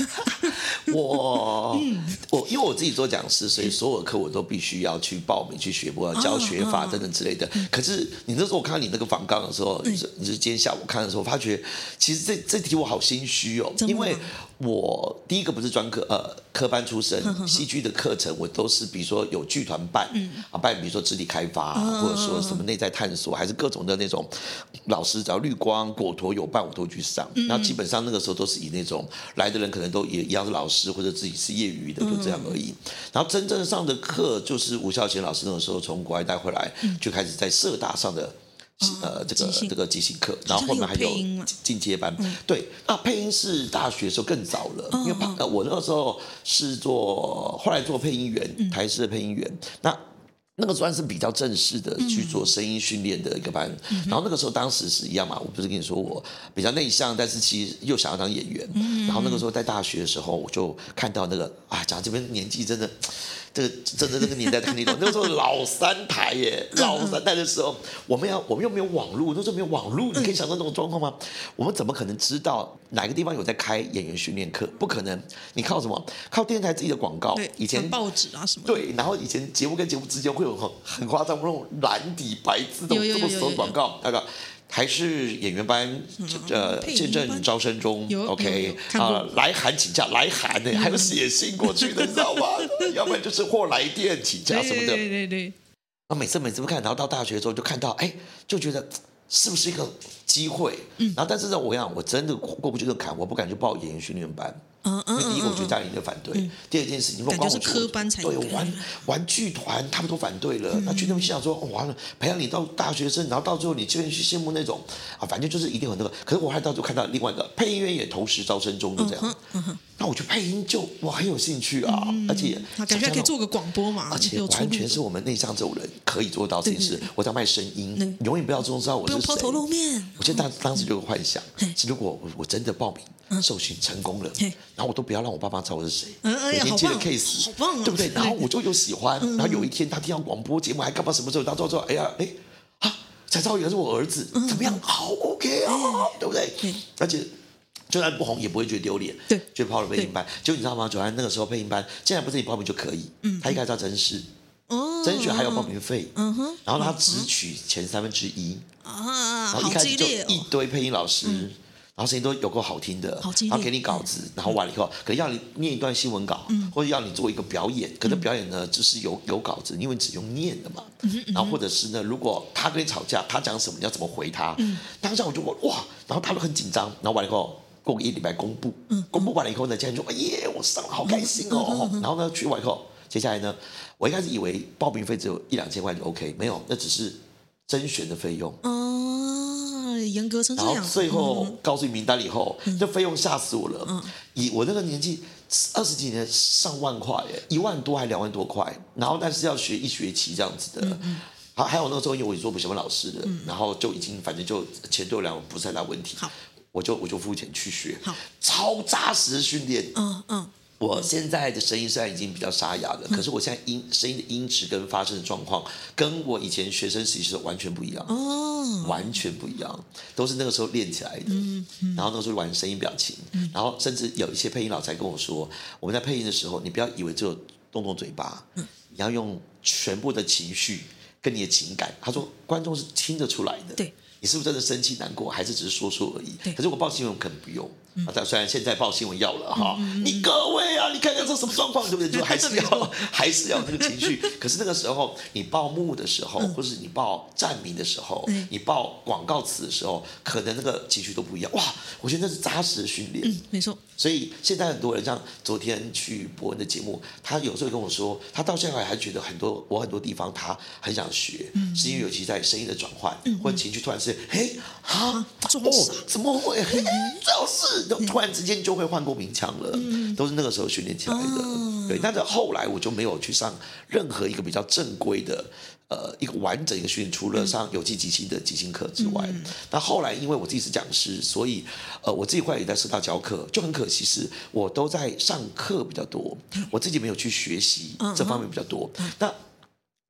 我、嗯、我因为我自己做讲师，所以所有课我都必须要去报名去学，不管教学法等等之类的。哦、可是你那时候我看到你那个访纲的时候，嗯、你是你是今天下午看的时候，我发觉其实这这题我好心虚哦，因为我第一个不是专科呃科班出身，戏剧的课程我都是比如说有剧团办、嗯、啊办，比如说肢体开发、啊，或者说什么内在探索，还是各种的那种老师，只要绿光、果陀有办，我都去上。嗯、然后基本上那个时候都是以那种来的人可能都也一样是老师，或者自己是业余的，就这样而已。嗯、然后真正上的课就是吴孝贤老师那个时候从国外带回来，嗯、就开始在社大上的。呃，这个这个即兴课，然后后面还有进阶班。嗯、对，那配音是大学的时候更早了，哦、因为呃我那个时候是做，后来做配音员，嗯、台式的配音员。那那个算是比较正式的去做声音训练的一个班。嗯、然后那个时候当时是一样嘛，我不是跟你说我比较内向，但是其实又想要当演员。嗯、然后那个时候在大学的时候，我就看到那个啊，讲这边年纪真的。这个真的这个年代看得懂，那个时候老三台耶，老三台的时候，我们要我们又没有网络，那时候没有网络，你可以想到这种状况吗？我们怎么可能知道哪个地方有在开演员训练课？不可能，你靠什么？靠电视台自己的广告，以前报纸啊什么？ 对，然后以前节目跟节目之间会有很很夸张那种蓝底白字的这么熟的广告，那个。还是演员班，呃，现正招生中 ，OK 啊，来函请假，来函呢，还有写信过去的，你知道吗？要不然就是或来电请假什么的。 对对对。 啊，每次每次不看，然后到大学之后就看到，哎，就觉得是不是一个机会？嗯。然后，但是呢，我想我真的过不去这个坎，我不敢去报演员训练班。嗯嗯，因为第一个我觉得家里人反对，嗯、第二件事情， 感觉是科班才对玩玩剧团，他们都反对了。那剧团心想说，完了，培养你到大学生，然后到最后你就会去羡慕那种啊，反正就是一定很那个。可是我还到最后看到另外一个配音员也同时招生中，就这样。嗯嗯嗯、那我觉得配音就我很有兴趣啊，嗯、而且感觉可以做个广播嘛， 而且完全是我们内向这种人可以做到这件事。我在卖声音，嗯、永远不要知道我是谁， 不用抛头露面。 我记得当当时就有个幻想，是如果我我真的报名。受训成功了，然后我都不要让我爸妈知道我是谁，每天接的 case， 对不对？然后我就有喜欢，然后有一天他听到广播节目还干嘛什么时候，然后之后哎呀哎啊才知道原来是我儿子，怎么样？好 OK 啊，对不对？而且就算不红也不会觉得丢脸， 对， 就报了配音班。就你知道吗？九安那个时候配音班，竟然不是你报名就可以，他一开始要甄试，甄选还有报名费，然后他只取前三分之一啊，然后一开始就一堆配音老师。然后声音都有够好听的，然后给你稿子，然后完了以后，可能要你念一段新闻稿，嗯、或者要你做一个表演。可是表演呢，就是有有稿子，因为你只用念的嘛。嗯、然后或者是呢，如果他跟你吵架，他讲什么，你要怎么回他？嗯、当下我就哇，然后他都很紧张。然后完了以后，过个一礼拜公布，嗯、公布完了以后呢，家人就哎耶，我上了，好开心哦。嗯、然后呢，去完以后，接下来呢，我一开始以为报名费只有一两千块就 OK， 没有，那只是甄选的费用。 严格成这样， 然后最后告诉你名单以后，嗯、这费用吓死我了。嗯、以我那个年纪，二十几年上万块耶，一万多还两万多块，然后但是要学一学期这样子的。嗯、还还有那个时候，因为我也做补习班老师的，嗯、然后就已经反正就钱对我来讲不是太大问题。我就我就付钱去学，超扎实的训练。嗯嗯。我现在的声音虽然已经比较沙哑了，嗯、可是我现在音声音的音质跟发声的状况，跟我以前学生时期是完全不一样，哦，完全不一样，都是那个时候练起来的。嗯嗯、然后那个时候玩声音表情，嗯、然后甚至有一些配音老师跟我说，我们在配音的时候，你不要以为只有动动嘴巴，嗯、你要用全部的情绪跟你的情感。他说观众是听得出来的，对，你是不是真的生气难过，还是只是说说而已？可是我报新闻可能不用。嗯、啊，虽然现在报新闻要了哈，嗯、你各位啊，你看看这什么状况，对不对？就还是要还是要那个情绪。可是那个时候，你报幕的时候，嗯、或是你报站名的时候，嗯、你报广告词的时候，可能那个情绪都不一样。哇，我觉得那是扎实的训练。 嗯，没错。 所以现在很多人，像昨天去伯恩的节目，他有时候跟我说，他到现在还觉得很多我很多地方他很想学，嗯、是因为尤其在声音的转换，嗯、或者情绪突然是，嘿啊，哦，怎么会？嘿，就是。突然之间就会换过鸣腔了，嗯、都是那个时候训练起来的。哦、对，但是后来我就没有去上任何一个比较正规的，呃，一个完整一个训练，除了上有机即兴的即兴课之外。嗯、那后来因为我自己是讲师，所以呃，我自己后来也在社大教课，就很可惜是我都在上课比较多，我自己没有去学习这方面比较多。嗯、那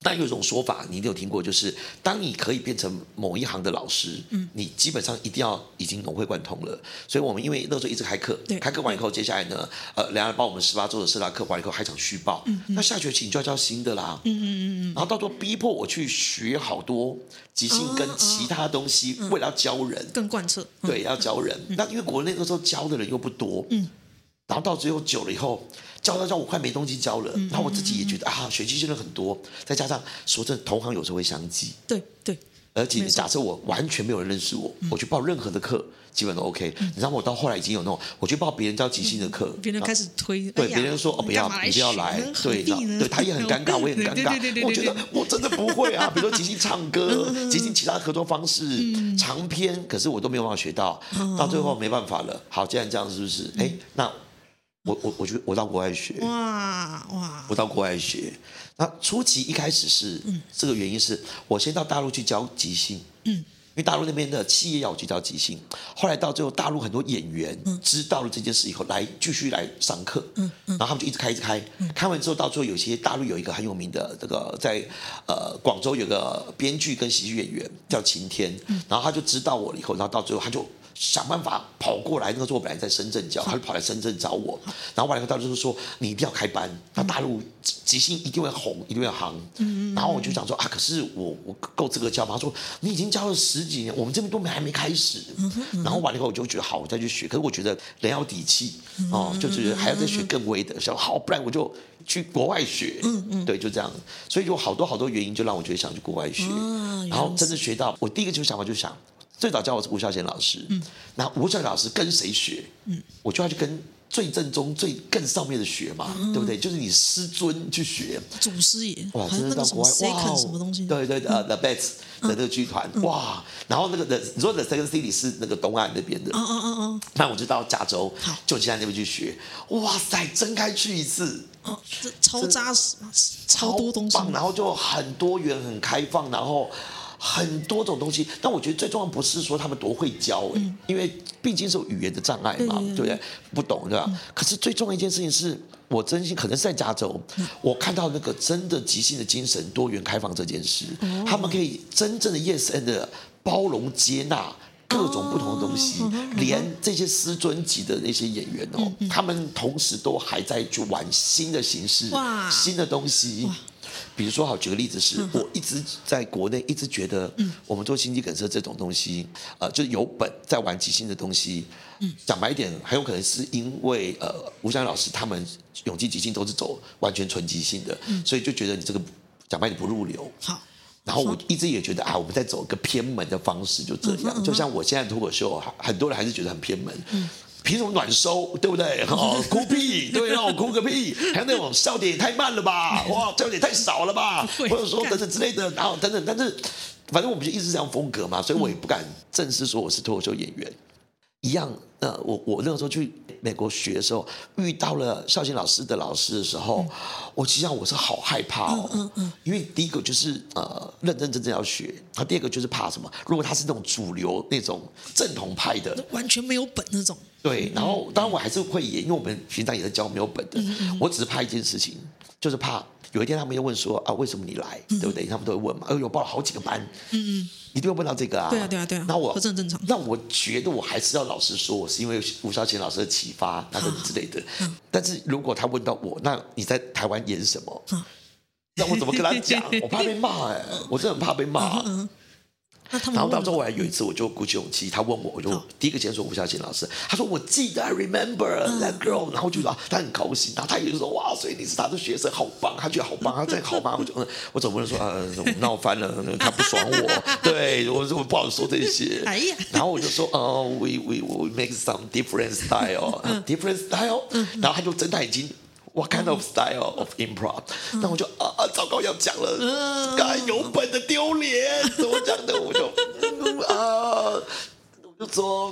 但有一种说法，你一定有听过，就是当你可以变成某一行的老师，嗯，你基本上一定要已经融会贯通了。所以我们因为那时候一直开课，开课完以后，接下来呢，呃，两人帮我们十八周的社大课完以后，还场续报，嗯嗯，那下学期你就要教新的啦，嗯嗯嗯嗯，然后到时候逼迫我去学好多即兴跟其他东西，哦哦、为了要教人， 更贯彻， 嗯、对，要教人。嗯、那因为国内那时候教的人又不多，嗯。然后到最后久了以后，教到教我快没东西教了，嗯、然后我自己也觉得啊，学习真的很多，再加上说真的，同行有时候会相忌， 对对， 而且假设我完全没有人认识我，嗯、我去报任何的课，基本都 OK。嗯、你知道我到后来已经有那种，我去报别人教即兴的课， 别、嗯、人开始推， 对， 哎、 别人说哦不要，你不要来，对，对，他也很尴尬，我也很尴尬，我觉得我真的不会啊，比如说即兴唱歌，即兴其他合作方式，嗯、长篇，可是我都没有办法学到，嗯、到最后没办法了。好，既然这样，是不是？哎、嗯，那。我我我觉得我到国外学， 哇哇！ 我到国外学，那初期一开始是、嗯、这个原因是我先到大陆去教即兴，嗯，因为大陆那边的企业要我去教即兴，后来到最后大陆很多演员知道了这件事以后，来继续来上课，嗯嗯，然后他们就一直开一直开，嗯、开完之后到最后有些大陆有一个很有名的这个在呃广州有个编剧跟喜剧演员叫晴天，嗯、然后他就知道我了以后，然后到最后他就。想办法跑过来，那个时候我本来在深圳教，他就跑来深圳找我，然后完了以后他就是说你一定要开班，那大陆即兴一定会红，一定会行，嗯、然后我就想说啊，可是我我够资格教吗？他说你已经教了十几年，我们这边都没还没开始，嗯嗯、然后完了以后我就觉得好，我再去学，可是我觉得人要底气哦，就觉得还要再学更微的，想好，不然我就去国外学，嗯嗯、对，就这样，所以有好多好多原因就让我觉得想去国外学，哦、然后真的学到，我第一个就是想法就是想。最早教我是吴孝贤老师，嗯，那吴孝贤老师跟谁学？嗯，我就要去跟最正宗、最更上面的学嘛，嗯、对不对？就是你师尊去学， 祖师爷， 哇，真的到国外，哇， 什么东西？ 对对呃、嗯、，The Bets 的那个剧团，嗯、哇，然后那个的，你说 The Second City 是那个东岸那边的， 嗯嗯嗯嗯， 那我就到加州，就现在那边去学，哇塞，真该去一次。 哦，这超扎实，超多东西， 然后就很多元、很开放，然后。很多种东西，但我觉得最重要不是说他们多会教、欸嗯、因为毕竟是有语言的障碍嘛，对不对？不懂对吧？嗯、可是最重要一件事情是我真心可能是在加州，嗯、我看到那个真的即兴的精神、多元开放这件事，哦、他们可以真正的 yes and 的包容接纳。各种不同的东西，哦、连这些师尊级的那些演员哦，嗯嗯、他们同时都还在去玩新的形式、新的东西。比如说，好，举个例子是，嗯、我一直在国内一直觉得，嗯、我们做心肌梗塞这种东西，呃，就是有本在玩即兴的东西。嗯、讲白一点，很有可能是因为呃，吴湘老师他们永基即兴都是走完全纯即兴的，嗯、所以就觉得你这个讲白点不入流。好。然后我一直也觉得啊，我们在走一个偏门的方式，就这样。嗯嗯、就像我现在脱口秀，很多人还是觉得很偏门。嗯、凭什么暖收，对不对？哦，哭屁，对，让我哭个屁。还有那种笑点也太慢了吧，哇，笑点也太少了吧，或者说等等之类的，然后等等。但是反正我们就一直这样风格嘛，所以我也不敢正式说我是脱口秀演员。一样，呃，我我那个时候去美国学的时候，遇到了孝贤老师的老师的时候，嗯、我其实上我是好害怕哦，嗯嗯嗯、因为第一个就是呃认认真真要学，然后第二个就是怕什么？如果他是那种主流那种正统派的， 完全没有本那种。 对，然后当然我还是会演，因为我们平常也在教没有本的，嗯嗯、我只是怕一件事情，就是怕有一天他们又问说啊，为什么你来？嗯、对不对？他们都会问嘛，哎呦，报了好几个班，嗯嗯。一定会问到这个啊！ 对啊，对啊，对啊。 那我这很正常。 那我觉得我还是要老实说，我是因为吴孝贤老师的启发，等等之类的。嗯、但是如果他问到我，那你在台湾演什么？嗯、那我怎么跟他讲？我怕被骂哎、欸，我真的很怕被骂。嗯嗯那他们然后到最后来有一次，我就鼓起勇气，他问我，我就第一个先说吴孝贤老师，他说我记得 I remember that girl，、嗯、然后就说他很高兴，然后他也就说哇，所以你是他的学生，好棒，他觉得好棒，他真的好棒，我就我总不能说呃闹翻了，他不爽我，对我我不好说这些，哎呀，然后我就说哦、uh, we we we make some different style，different style，、嗯、然后他就睁大眼睛。What kind of style of improv？、嗯、那我就啊啊，糟糕要讲了，嗯、该有本的丢脸，怎么讲的？我就啊，我就说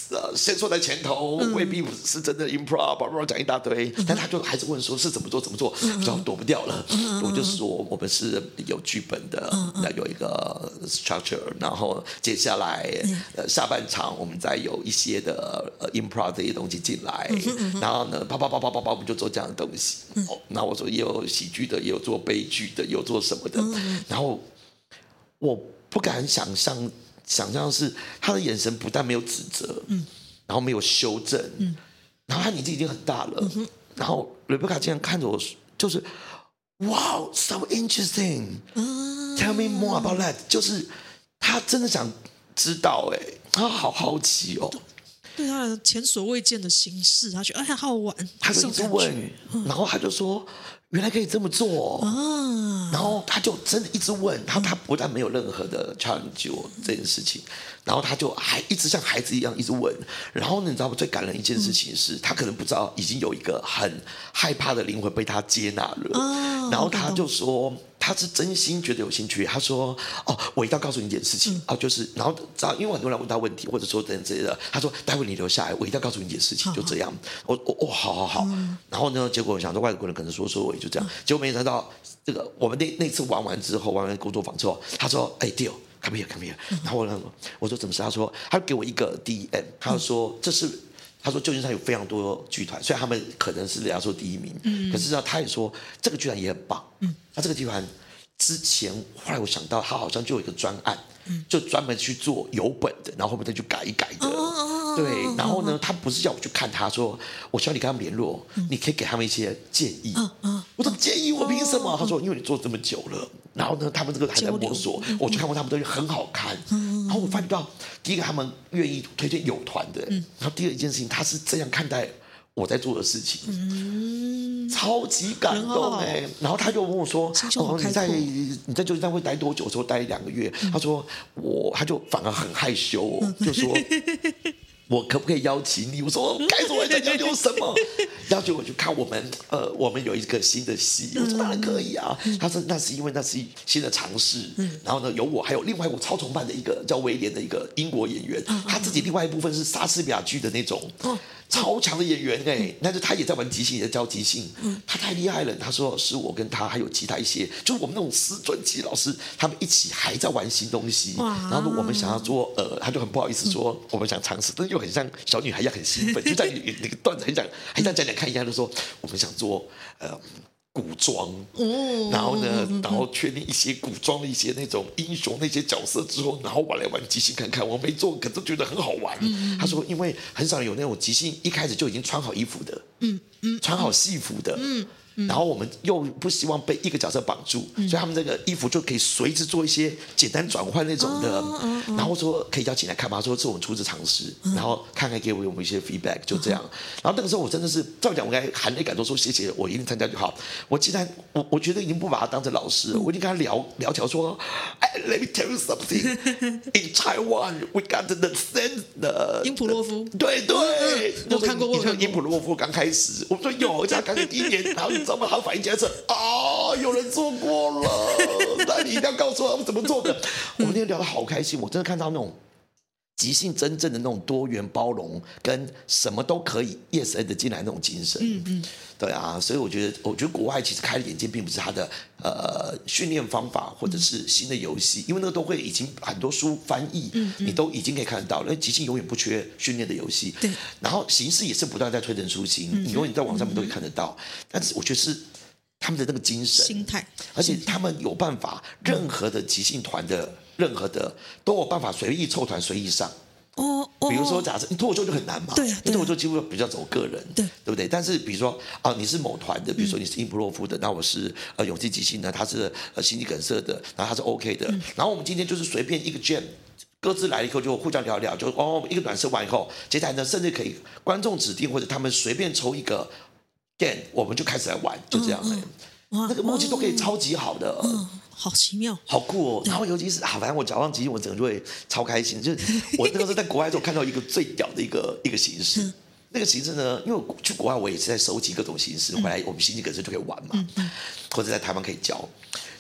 呃先说在前头， 嗯、 未必是真的 improv， 叭叭讲一大堆，嗯、但他就还是问说是怎么做怎么做，嗯、然后躲不掉了。嗯、我就说我们是有剧本的，那、嗯、有一个 structure， 然后接下来、嗯、呃下半场我们再有一些的、呃、improv 这些东西进来，嗯、然后呢啪啪啪啪啪啪我们就做这样的东西。嗯哦、那我说也有喜剧的，也有做悲剧的，也有做什么的，嗯、然后我不敢想象。想象是他的眼神不但没有指责，嗯、然后没有修正，嗯、然后他年纪已经很大了，嗯、然后瑞贝卡竟然看着我，就是哇 ，so interesting，tell、嗯、me more about that， 就是他真的想知道、欸，哎，他好好奇哦， 对他的前所未见的形式，他觉得哎呀好好玩， 他就一直问，然后他就说。原来可以这么做、啊、然后他就真的一直问，然后他不但没有任何的 challenge 我这件事情，然后他就还一直像孩子一样一直问，然后呢，你知道吗？最感人一件事情是、嗯、他可能不知道已经有一个很害怕的灵魂被他接纳了，啊、然后他就说他是真心觉得有兴趣，他说哦，我一定要告诉你一件事情、嗯、哦，就是然后因为很多人问他问题，或者说等等之类的，他说待会你留下来，我一定要告诉你一件事情，就这样，我我哦，好好好，嗯、然后呢，结果我想说外国人可能说说我。就这样，结果没想到这个，我们那那次玩完之后，玩完工作坊之后，他说：“哎 ，Dio，come here，come here。”然后我说：“我说怎么事？”他说：“他给我一个 D M， 他说这是，他说旧金山有非常多剧团，虽然他们可能是人家说第一名，嗯、可是呢，他也说这个剧团也很棒。嗯，那这个剧团之前，后来我想到，他好像就有一个专案，嗯、就专门去做有本的，然后后面再去改一改的。哦”对，然后呢，他不是叫我去看他说，我希望你跟他们联络，嗯、你可以给他们一些建议。嗯嗯、我说建议我凭什么？哦、他说因为你做这么久了，然后呢，他们这个还在摸索。嗯、我去看过他们东西很好看，嗯、然后我发现到第一个他们愿意推荐有团的，嗯、然后第二一件事情，他是这样看待我在做的事情，嗯、超级感动哎、欸。然后他就问我说：“哦，你在你在旧金山会待多久？”说待两个月。嗯、他说我，他就反而很害羞、哦，就说。我可不可以邀请你？我说该说我在要求什么？要求我去看我们呃，我们有一个新的戏。我说当然可以啊。他说那是因为那是新的尝试。然后呢，有我还有另外我超崇拜的一个叫威廉的一个英国演员，他自己另外一部分是莎士比亚剧的那种。超强的演员哎、欸，但是他也在玩即兴，也在教即兴，嗯、他太厉害了。他说是我跟他还有其他一些，就是我们那种师尊级老师，他们一起还在玩新东西。然后我们想要做，呃，他就很不好意思说、嗯、我们想尝试，但是又很像小女孩一样很兴奋，就在那个段子很讲，还想讲讲看一下，就说我们想做呃。古装，嗯、然后呢，嗯、然后确定一些古装的一些那种英雄那些角色之后，然后玩来玩即兴看看。我没做，可是觉得很好玩。嗯、他说，因为很少有那种即兴一开始就已经穿好衣服的，嗯嗯、穿好戏服的。嗯嗯、然后我们又不希望被一个角色绑住，嗯、所以他们这个衣服就可以随之做一些简单转换那种的。哦哦哦、然后说可以邀请来看吗？说是我们初次尝试，嗯、然后看看给我们一些 feedback， 就这样。嗯、然后那个时候我真的是照讲，我应该含泪感动说谢谢，我一定参加就好。我既然我我觉得已经不把他当成老师了，嗯、我已经跟他聊聊条说，哎 ，Let me tell you something. In Taiwan, we got the sense the 因普洛夫。 对对， 我看过，我看过。 因普洛夫刚开始，我说有，而且他刚开第一年，然后你知道吗？他反应起来是啊，有人做过了，那你一定要告诉我他们怎么做的。我们那天聊得好开心，我真的看到那种。即兴真正的那种多元包容，跟什么都可以 yes and 进来那种精神，嗯嗯，对啊，所以我觉得，我觉得国外其实开的眼界，并不是他的呃训练方法，或者是新的游戏，因为那个都会已经很多书翻译，嗯嗯、你都已经可以看得到了。因为即兴永远不缺训练的游戏，对，然后形式也是不断在推陈出新，嗯、你永远在网上面都可以看得到。嗯、但是我觉得是他们的那个精神、 心态， 而且他们有办法，任何的即兴团的。任何的都有办法随意凑团随意上，哦，哦比如说假设你脱口秀就很难嘛，对、啊，脱口秀几乎比较走个人，对，对不对？但是比如说啊，你是某团的，比如说你是因普洛夫的，那、嗯、我是呃勇气即兴的，他是呃心肌梗塞的，然后他是 OK 的，嗯、然后我们今天就是随便一个 jam。各自来了以后就互相聊聊，就哦一个暖身完以后，接下来呢甚至可以观众指定或者他们随便抽一个 game， 我们就开始来玩，就这样、欸。嗯嗯那个默契都可以超级好的， 嗯，好奇妙， 好酷哦。然后尤其是啊，反正我脚上即兴，我整个就会超开心。就是我那个时候在国外的时候看到一个最屌的一个一个形式，嗯、那个形式呢，因为我去国外我也是在收集各种形式，回来我们心肌梗塞就可以玩嘛，嗯嗯、或者在台湾可以教。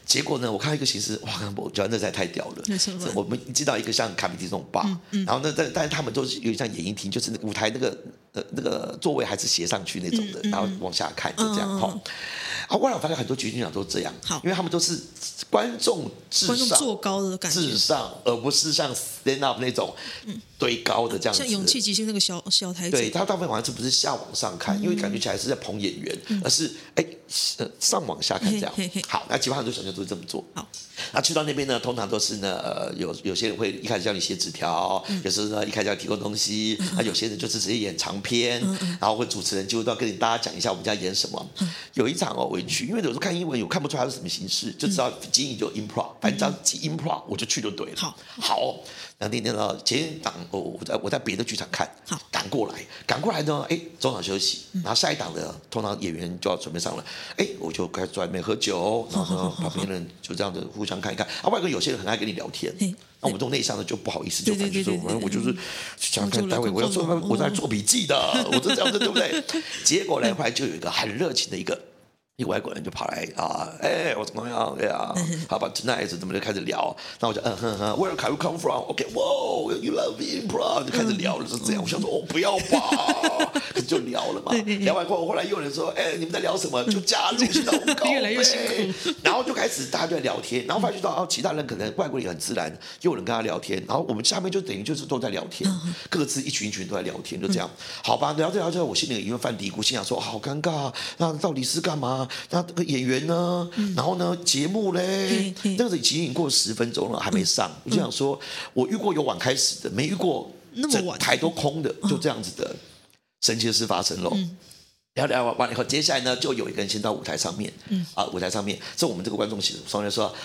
结果呢，我看到一个形式，哇，我觉得那实在太屌了。我们进到一个像卡比蒂这种吧，嗯嗯、然后呢，但但是他们都是有点像演艺厅，就是舞台那个呃那个座位还是斜上去那种的，嗯嗯、然后往下看就这样哈。嗯嗯啊，我发现很多即兴剧场都这样，因为他们都是观众至上、 坐高的感觉， 至上，而不是像 stand up 那种堆高的这样子。 像勇气即兴那个小小台子， 对，他大部分好像是不是下往上看，嗯、因为感觉起来是在捧演员，嗯、而是哎呃上往下看这样。嘿嘿嘿好，那基本上很多小剧场都是这么做。好，那去到那边呢，通常都是呢，呃，有有些人会一开始叫你写纸条，嗯、有时候呢一开始要提供东西，那、嗯、有些人就是直接演长篇，嗯、然后会主持人几乎都要跟你大家讲一下我们家演什么。嗯、有一场哦。回去，因为有时候看英文，我看不出来它是什么形式，就知道经营就 improv，、嗯、反正只要记 improv 我就去就对了。好，好，然后那天呢，前一档我我在我在别的剧场看，好，赶过来，赶过来呢，哎，中场休息，然后下一档的通常演员就要准备上了，哎，我就开始在外面喝酒，然后呢，旁边人就这样子互相看一看，啊，外国有些人很爱跟你聊天。那我们这种内向的就不好意思，就反正就是我我就是想看待会我要做，我在做笔记的，我就这样子，对不对？结果呢，后来就有一个很热情的一个。一个外国人就跑来啊，哎，我怎么样？哎呀，好吧 ，tonight 怎么就开始聊？那我就嗯哼哼 ，Where can you come from? OK， wow, you love improv， 就开始聊了，是这样。我想说，哦，不要吧，可是就聊了嘛。聊完过后，后来又有人说，哎，你们在聊什么？就加入新的广告， 越来越辛苦。 然后就开始大家就在聊天，然后发觉到哦，其他人可能外国人也很自然，又有人跟他聊天，然后我们下面就等于就是都在聊天，各自一群一群都在聊天，就这样。好吧，聊着聊着，我心里因为犯嘀咕，心想说，好尴尬，那到底是干嘛？那这个演员呢？嗯、然后呢？节目嘞？那个已经已经过十分钟了，还没上。嗯、我就想说，我遇过有晚开始的，没遇过整台都空的，就这样子的神奇的事发生了。嗯、聊聊完了以后，接下来呢，就有一个人先到舞台上面，嗯、啊，舞台上面，这我们这个观众席双人说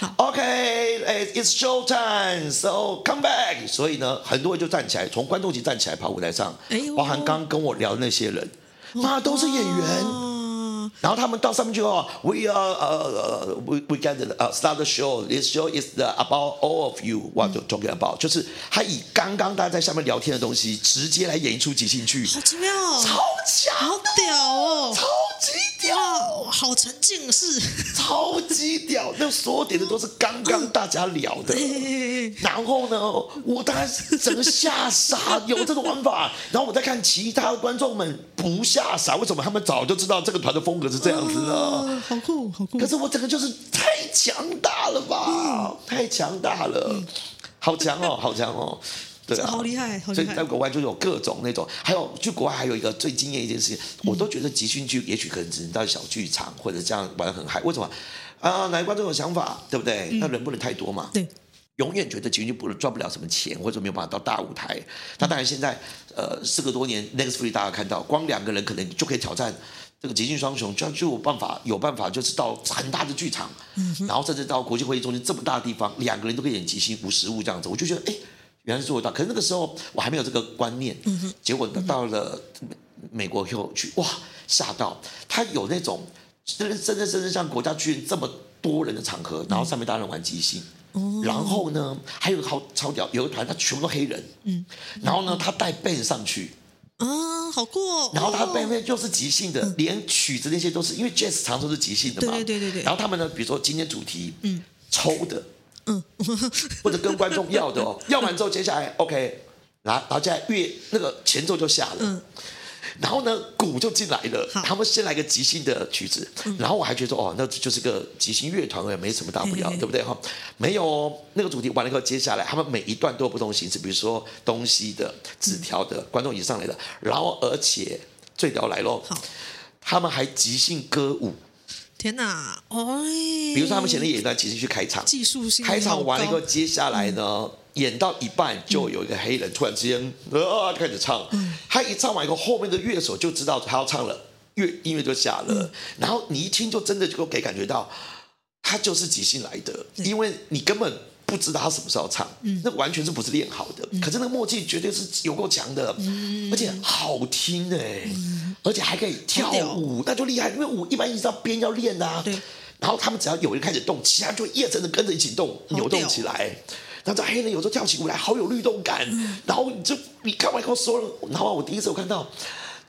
，OK，it's show time，so come back。所以呢，很多人就站起来，从观众席站起来跑舞台上，哎、包含刚跟我聊的那些人，妈、哦、都是演员。哦然后他们到上面去哦 ，We are 呃、uh, we we get the、uh, start the show. This show is the about all of you. What to talk about？、嗯、就是他以刚刚大家在下面聊天的东西，直接来演一出即兴剧， 好奇妙、哦， 超强， 好屌哦， 超级屌， 好沉浸的事， 超级屌。那所有点的都是刚刚大家聊的。嗯、然后呢，我当然是整个吓傻，有这个玩法。然后我再看其他的观众们不吓傻，为什么他们早就知道这个团的风格是这样子的？ 哦、好酷，好酷。 可是我整个就是太强大了吧，嗯、太强大了，嗯、好强哦，好强哦。对啊， 好厉害，好厉害！ 所以在国外就有各种那种，还有去国外还有一个最惊艳一件事情，嗯、我都觉得即兴剧也许可能只能到小剧场或者这样玩得很嗨。为什么啊？哪个观众有想法，对不对？嗯、那人不能太多嘛。 对。 永远觉得即兴剧不赚不了什么钱，或者没有办法到大舞台。那当然，现在呃，四个多年 ，Next Free 大家看到，光两个人可能就可以挑战这个即兴双雄，就就有办法有办法，就是到很大的剧场，嗯、然后甚至到国际会议中心这么大的地方，两个人都可以演即兴无实物这样子，我就觉得哎。原来是做得到，可是那个时候我还没有这个观念，嗯、结果到了美国以后去，哇，吓到！他有那种真真真真正像国家剧院这么多人的场合，然后上面大家玩即兴，嗯、然后呢，还有一个好超屌，有一团他全部都黑人，嗯、然后呢，他带 band 上去。 啊，好酷哦！ 然后他 band 就是即兴的，嗯、连曲子那些都是，因为 jazz 常都是即兴的嘛。 对对对对。 然后他们呢，比如说今天主题，嗯，抽的。嗯，或者跟观众要的哦，要完之后接下来 OK， 然后然后接下来乐那个前奏就下了，嗯、然后呢鼓就进来了，他们先来个即兴的曲子，嗯、然后我还觉得哦，那就是个即兴乐团，也没什么大不了，嘿嘿对不对哈？没有哦，那个主题完了以后，接下来他们每一段都有不同的形式，比如说东西的、纸条的，嗯、观众已经上来了，然后而且最屌来喽，他们还即兴歌舞。 天哪！哦， 比如说他们前面演一段即兴去开场， 技术性开场完了以后，接下来呢，嗯、演到一半就有一个黑人突然之间啊开始唱，嗯、他一唱完以后，后面的乐手就知道他要唱了，乐音乐就下了，嗯、然后你一听就真的就可以感觉到，他就是即兴来的，嗯、因为你根本不知道他什么时候唱，嗯、那完全是不是练好的，嗯、可是那个默契绝对是有够强的，嗯、而且好听哎、欸。嗯而且还可以跳舞，那就厉害，因为舞一般一直要编要练啊。对。然后他们只要有人开始动，其他就会夜真的跟着一起动，扭动起来。然后这黑人有时候跳起舞来好有律动感，嗯、然后你就你看完以后说了，然后我第一次我看到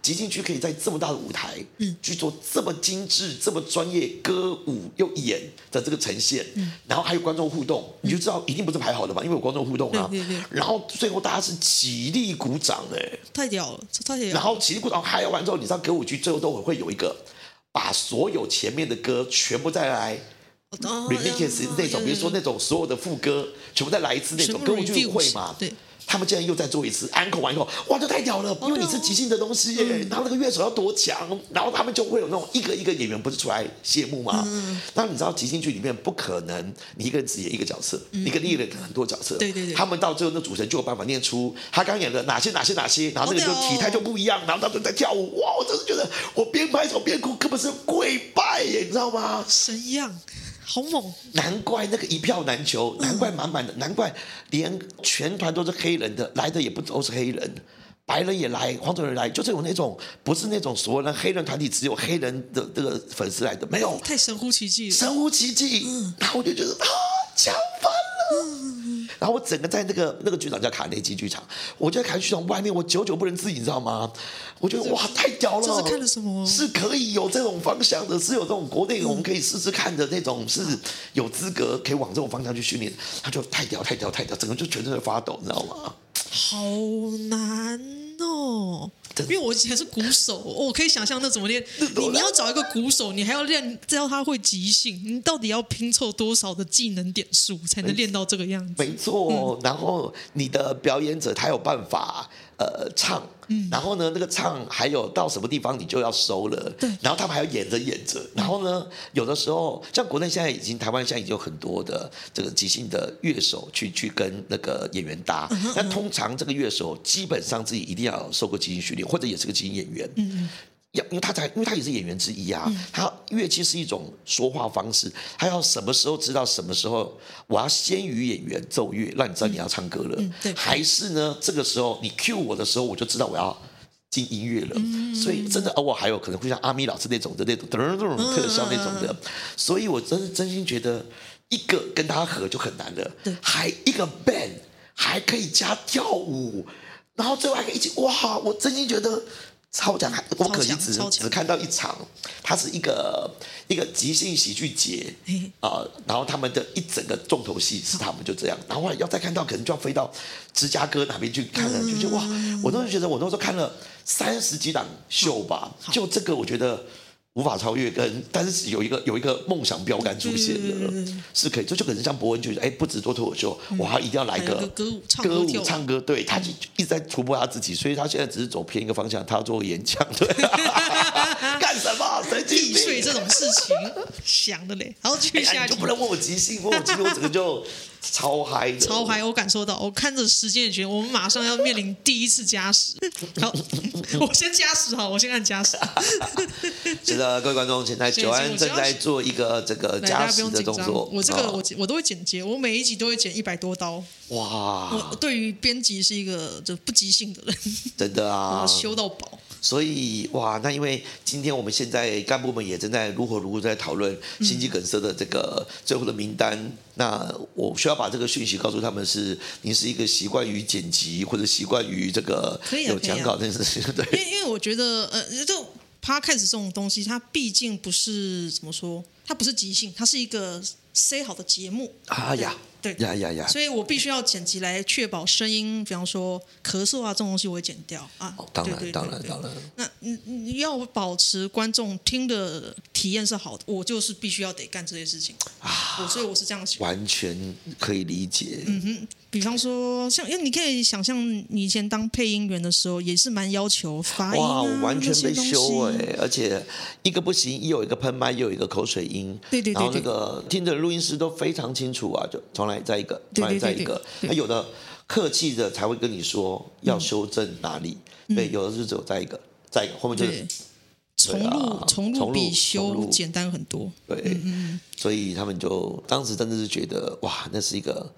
即兴剧可以在这么大的舞台，嗯，去做这么精致、这么专业歌舞又演的这个呈现，嗯，然后还有观众互动，你就知道一定不是排好的嘛，因为有观众互动啊， 对对对， 然后最后大家是起立鼓掌，哎， 太屌了，这太屌了。 然后起立鼓掌嗨完之后，你知道歌舞剧最后都会有一个把所有前面的歌全部再来。remix 那种，比如说那种所有的副歌全部再来一次那种歌舞剧会嘛？ 对， 他们竟然又再做一次 encore 完以后，哇，这太屌了！因为你是即兴的东西耶，然后那个乐手要多强，然后他们就会有那种一个一个演员不是出来谢幕吗？那你知道即兴剧里面不可能你一个人只演一个角色，你跟另一个人很多角色， 对对对， 他们到最后那主持人就有办法念出他刚演的哪些哪些哪些，然后那个就体态就不一样，然后他们在跳舞，哇！我真是觉得我边拍手边哭，根本是跪拜耶，你知道吗？ 神样。好猛！ 难怪那个一票难求，难怪满满的，难怪连全团都是黑人的，来的也不都是黑人，白人也来，黄种人来，就是有那种不是那种所谓的黑人团体，只有黑人的这个粉丝来的，没有， 太神乎其技了， 神乎其技。嗯、然后我就觉得啊，强翻了。嗯、然后我整个在那个那个剧场叫卡内基剧场，我就在卡内基剧场外面，我久久不能自已，你知道吗？我觉得哇，太屌了！ 这是看了什么？ 是可以有这种方向的，是有这种国内我们可以试试看的那种，是有资格可以往这种方向去训练。他就太屌，太屌，太屌，整个就全身在发抖，你知道吗？ 好难哦！因为我以前是鼓手，我可以想象那怎么练。你你要找一个鼓手，你还要练，知道他会即兴，你到底要拼凑多少的技能点数才能练到这个样子？ 没错，嗯、然后你的表演者他有办法呃唱。嗯、然后呢，那个唱还有到什么地方你就要收了， 对。 然后他们还要演着演着，然后呢，有的时候像国内现在已经，台湾现在已经有很多的这个即兴的乐手去去跟那个演员搭，嗯、但通常这个乐手基本上自己一定要受过即兴训练，或者也是个即兴演员。嗯要，因为他才，因为他也是演员之一啊。嗯、他乐器是一种说话方式，他要什么时候知道什么时候我要先于演员奏乐，让你知道你要唱歌了。嗯嗯、还是呢，这个时候你 cue 我的时候，我就知道我要进音乐了。嗯、所以真的，偶尔还有可能会像阿咪老师那种的那种噔噔噔特效那种的。嗯、所以我真是真心觉得，一个跟他合就很难了，还一个 band 还可以加跳舞，然后最后还可以一起哇！我真心觉得。超强！我可惜只只看到一场，它是一个一个即兴喜剧节啊、呃，然后他们的一整个重头戏是他们就这样，然后后来要再看到，可能就要飞到芝加哥哪边去看了，嗯、就觉得哇！我都觉得我那时候看了三十几档秀吧，就这个我觉得无法超越跟，但是有一个有一个梦想标杆出现了，嗯、是可以，这就可能像伯恩就哎，不止做脱口秀，嗯、我还一定要来个歌舞歌舞唱歌，对，他就一直在突破他自己，所以他现在只是走偏一个方向，他要做演讲，对，干什么？神经病！ 避税这种事情想的嘞，然后继续下去， 哎、你就不能问我即兴，问我即兴，我整个就超嗨的， 超嗨！我感受到，我看着时间也觉得我们马上要面临第一次加时。好，我先加时好，我先按加时。 是的，各位观众，现在九安正在做一个这个加时的动作。 我这个我我都会剪接，我每一集都会剪一百多刀。哇！我对于编辑是一个就不即兴的人， 真的啊， 我修到饱。 所以哇，那因为今天我们现在干部们也正在如火如荼在讨论心肌梗塞的这个最后的名单。嗯、那我需要把这个讯息告诉他们是，您是一个习惯于剪辑或者习惯于这个有讲稿这件事情。对， 因为因为我觉得呃，就 podcast 这种东西，它毕竟不是怎么说，它不是即兴，它是一个 say 好的节目。 啊呀。 对呀呀呀！ 所以我必须要剪辑来确保声音，比方说咳嗽啊这种东西我会剪掉啊。 哦、当然对对对对当然当然。 那你你要保持观众听的体验是好的，我就是必须要得干这些事情啊。所以我是这样想， 完全可以理解。 嗯哼，比方说像，因为你可以想象，你以前当配音员的时候，也是蛮要求发音啊， 哇，完全被修哎、欸，而且一个不行，一有一个喷麦，又有一个口水音。 对对对对。 然后那个听的录音师都非常清楚啊，就从来再一个，重来再一个。那有的客气的才会跟你说要修正哪里，嗯、对，有的是只有再一个，再一个，后面就是重录，重录比修简单很多。 对，嗯嗯所以他们就当时真的是觉得哇，那是一个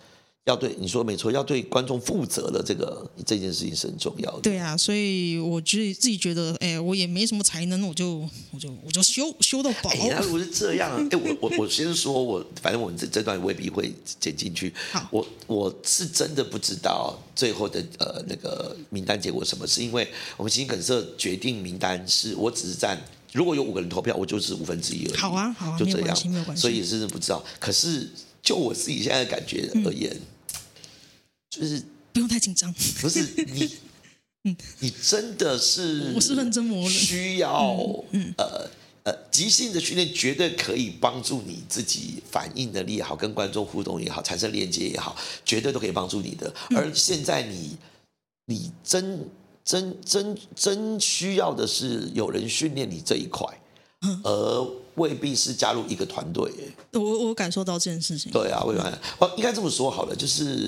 要对你说没错，要对观众负责的这个这件事情是很重要的。 对啊，所以我觉得自己觉得，哎，我也没什么才能，我就我就我就修修到饱。 哎，那如果是这样，哎，我我我先说我，反正我们这这段未必会剪进去。 好， 我我是真的不知道最后的呃那个名单结果什么，是因为我们心梗社决定名单是我只是占。如果有五个人投票，我就是五分之一而已。 好啊，好啊， 就这样， 没有关系， 所以也是不知道。可是就我自己现在的感觉而言。嗯就是不用太紧张， 不是你，嗯，你真的是我是认真魔人， 需要嗯嗯、 呃呃即兴的训练，绝对可以帮助你自己反应能力也好，跟观众互动也好，产生连接也好，绝对都可以帮助你的。嗯、而现在你你真真真真需要的是有人训练你这一块，嗯、而未必是加入一个团队。 我我感受到这件事情。 对啊，为什么？我应该这么说好了，就是。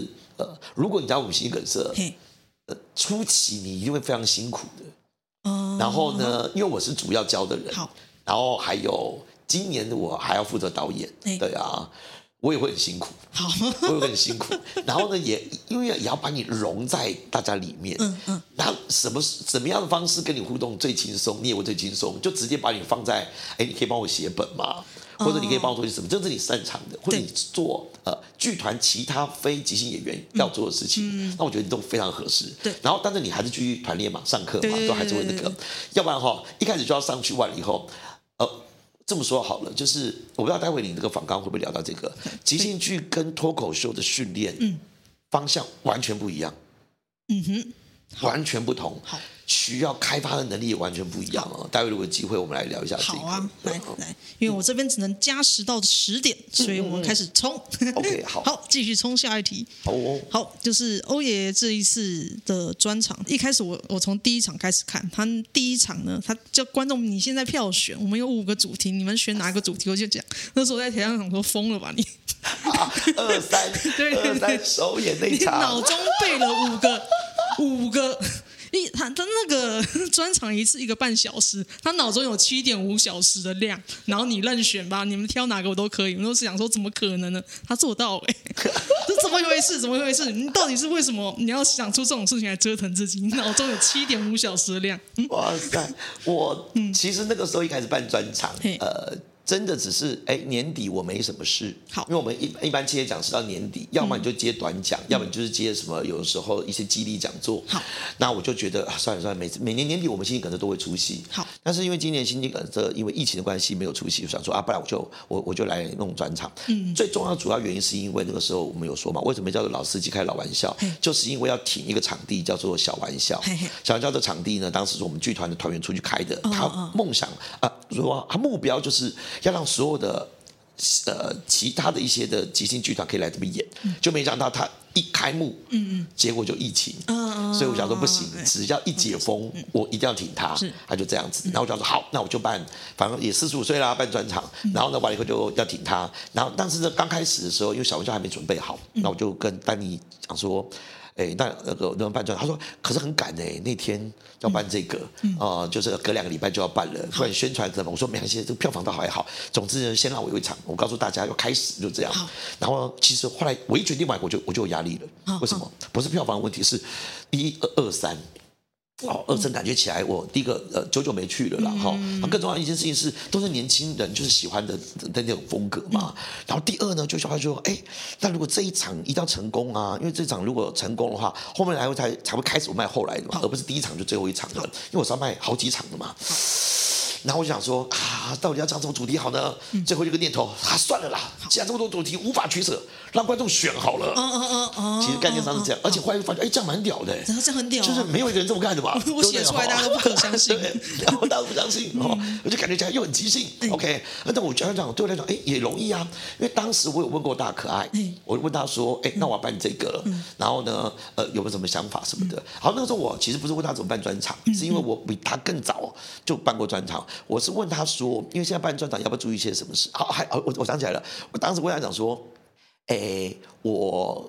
呃，如果你加入心梗社，呃，初期你一定会非常辛苦的。哦。然后呢，因为我是主要教的人， 好。 然后还有今年我还要负责导演，对啊，我也会很辛苦。 好。 我也会很辛苦。然后呢，也因为也要把你融在大家里面。嗯嗯。然后什么什么样的方式跟你互动最轻松，你也会最轻松，就直接把你放在，哎，你可以帮我写本吗？或者你可以帮我做些什么，这是你擅长的，或者你做呃剧团其他非即兴演员要做的事情，嗯、那我觉得你都非常合适。 对， 然后但是你还是继续团练嘛，上课嘛，都还是会那个，要不然哈，一开始就要上去完了以后，呃，这么说好了，就是我不知道待会你这个访纲会不会聊到这个即兴剧跟脱口秀的训练，嗯，方向完全不一样，嗯哼，完全不同。 好。 需要开发的能力也完全不一样哦。待会如果有机会，我们来聊一下这个。 好啊，来来，因为我这边只能加时到十点，所以我们开始冲。 嗯、OK， 好， 好，继续冲下一题。 好哦， 好，就是欧爷这一次的专场，一开始我我从第一场开始看，他第一场呢，他叫观众，你现在票选，我们有五个主题，你们选哪个主题？我就讲，那时候我在台上想说，疯了吧你？ 啊、二三对二三首演那场， 你脑中背了五个五个。一他他那个专场一次一个半小时，他脑中有七点五小时的量，然后你任选吧，你们挑哪个我都可以。我都是想说，怎么可能呢？他做到哎、欸，这怎么一回事？怎么一回事？你到底是为什么你要想出这种事情来折腾自己？你脑中有七点五小时的量。嗯、 哇塞！我其实那个时候一开始办专场，嗯、呃。真的只是哎，年底我没什么事， 好， 因为我们一一般企业讲是到年底，要么你就接短讲，嗯、要么你就是接什么，有的时候一些激励讲座。 好， 那我就觉得、啊、算了算了，每次每年年底我们心肌梗塞都会出席。 好， 但是因为今年心肌梗塞因为疫情的关系没有出席，我想说啊，不然我就我我就来弄专场。嗯，最重要的主要原因是因为那个时候我们有说嘛，为什么叫做老司机开老玩笑，就是因为要挺一个场地叫做小玩笑。嘿嘿小玩笑的场地呢，当时是我们剧团的团员出去开的，哦、他梦想啊，说他目标就是要让所有的。呃，其他的一些的即兴剧团可以来这边演，嗯、就没想到他一开幕，嗯嗯，结果就疫情，嗯、所以我想说不行，嗯、只要一解封，嗯、我一定要挺他，他就这样子。然后我就想说好，那我就办，反正也四十五岁啦，办专场。嗯、然后呢，完了以后就要挺他。然后但是呢，刚开始的时候，因为小文教还没准备好，那、嗯、我就跟丹尼讲说。哎，那那个那个办专，他说可是很赶哎，那天要办这个，嗯呃，就是隔两个礼拜就要办了，不然宣传怎么？我说没关系，这个票房倒还好。总之呢，先让我有一场，我告诉大家要开始就这样。然后其实后来我一决定完，我就我就有压力了。为什么？不是票房问题，是一二二三。哦，二声感觉起来，我第一个呃久久没去了啦哈。嗯、更重要的一件事情是，都是年轻人就是喜欢的的那种风格嘛。嗯、然后第二呢，就小孩就说，哎，那如果这一场一定要成功啊，因为这场如果成功的话，后面来会才才会开始我卖后来的嘛，而不是第一场就最后一场的，因为我是要卖好几场的嘛。然后我就想说啊，到底要讲什么主题好呢？嗯、最后一个念头啊，算了啦，既然这么多主题无法取舍，让观众选好了。哦哦哦哦。其实概念上是这样，而且后来发现，哎，这样蛮屌的。 然后这样很屌、啊， 就是没有一个人这么干的嘛。 我写出来大家都不可相信， 然后大家都不相信，哦，我就感觉起来又很即兴。嗯、OK， 但我觉得讲对我来讲，哎，也容易啊，因为当时我有问过大可爱，嗯、我问他说，哎，那我要办这个了，嗯、然后呢，呃，有没有什么想法什么的？好，那个时候我其实不是问他怎么办专场，是因为我比他更早就办过专场，我是问他说，因为现在办专场要不要注意一些什么事？好，还我我想起来了，我当时问他讲说，哎，我我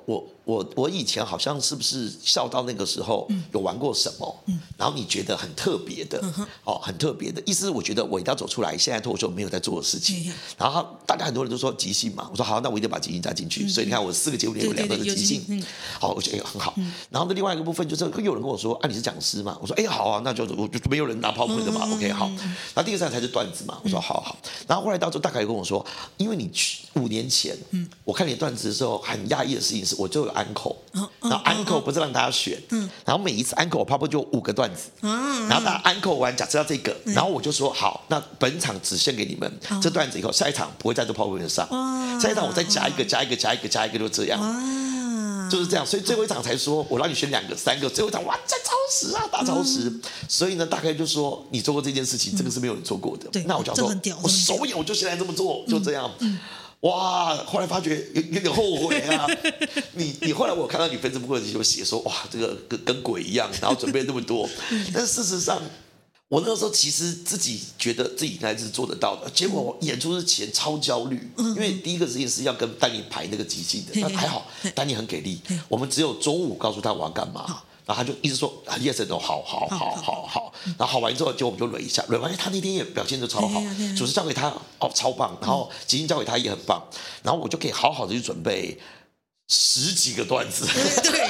我我以前好像是不是笑到那个时候有玩过什么，嗯、然后你觉得很特别的，嗯、哦，很特别的意思，我觉得我一定要走出来，现在脱口秀没有在做的事情。然后大家很多人都说即兴嘛，我说好，那我一定把即兴加进去。嗯、所以你看我四个节目里面有两个是即兴，嗯、好，我觉得、哎、很好。嗯、然后呢，另外一个部分就是有人跟我说啊，你是讲师嘛？我说哎好啊，那就我就没有人拿泡沫的嘛。嗯、OK 好。然后第二站才是段子嘛，我说好好。然后后来到时候大概跟我说，因为你去五年前，嗯、我看你的段子的时候，很讶异的事情是，我就有 uncle，、嗯、然后 uncle 不是让大家选，嗯、然后每一次 uncle 我 pop 就有五个段子，嗯、然后大家 uncle 完，假设要这个，嗯、然后我就说好，那本场只献给你们、嗯、这段子以后，下一场不会在这 pop 上，下一场我再加一个，加一个，加一个，加一个，就这样，就是这样。所以最后一场才说我让你选两个、三个，最后一场哇，再超时啊，大超时。嗯、所以呢，大概就说你做过这件事情，这个是没有人做过的。 对， 那我就说，我首演我就现在这么做，就这样。嗯嗯哇！后来发觉有有点后悔啊。你你后来我看到你 Facebook 就写说，哇，这个跟跟鬼一样，然后准备那么多。但是事实上，我那个时候其实自己觉得自己应该是做得到的。结果我演出之前超焦虑，因为第一个事情是要跟丹尼排那个即兴的，但还好丹尼很给力，我们只有中午告诉他我要干嘛。然后他就一直说啊 ，yes and no， 好好好好好。然后好完之后，就我们就捋一下，捋完他那天也表现得超好，主持交给他哦超棒，然后即兴交给他也很棒，然后我就可以好好的去准备十几个段子， 对，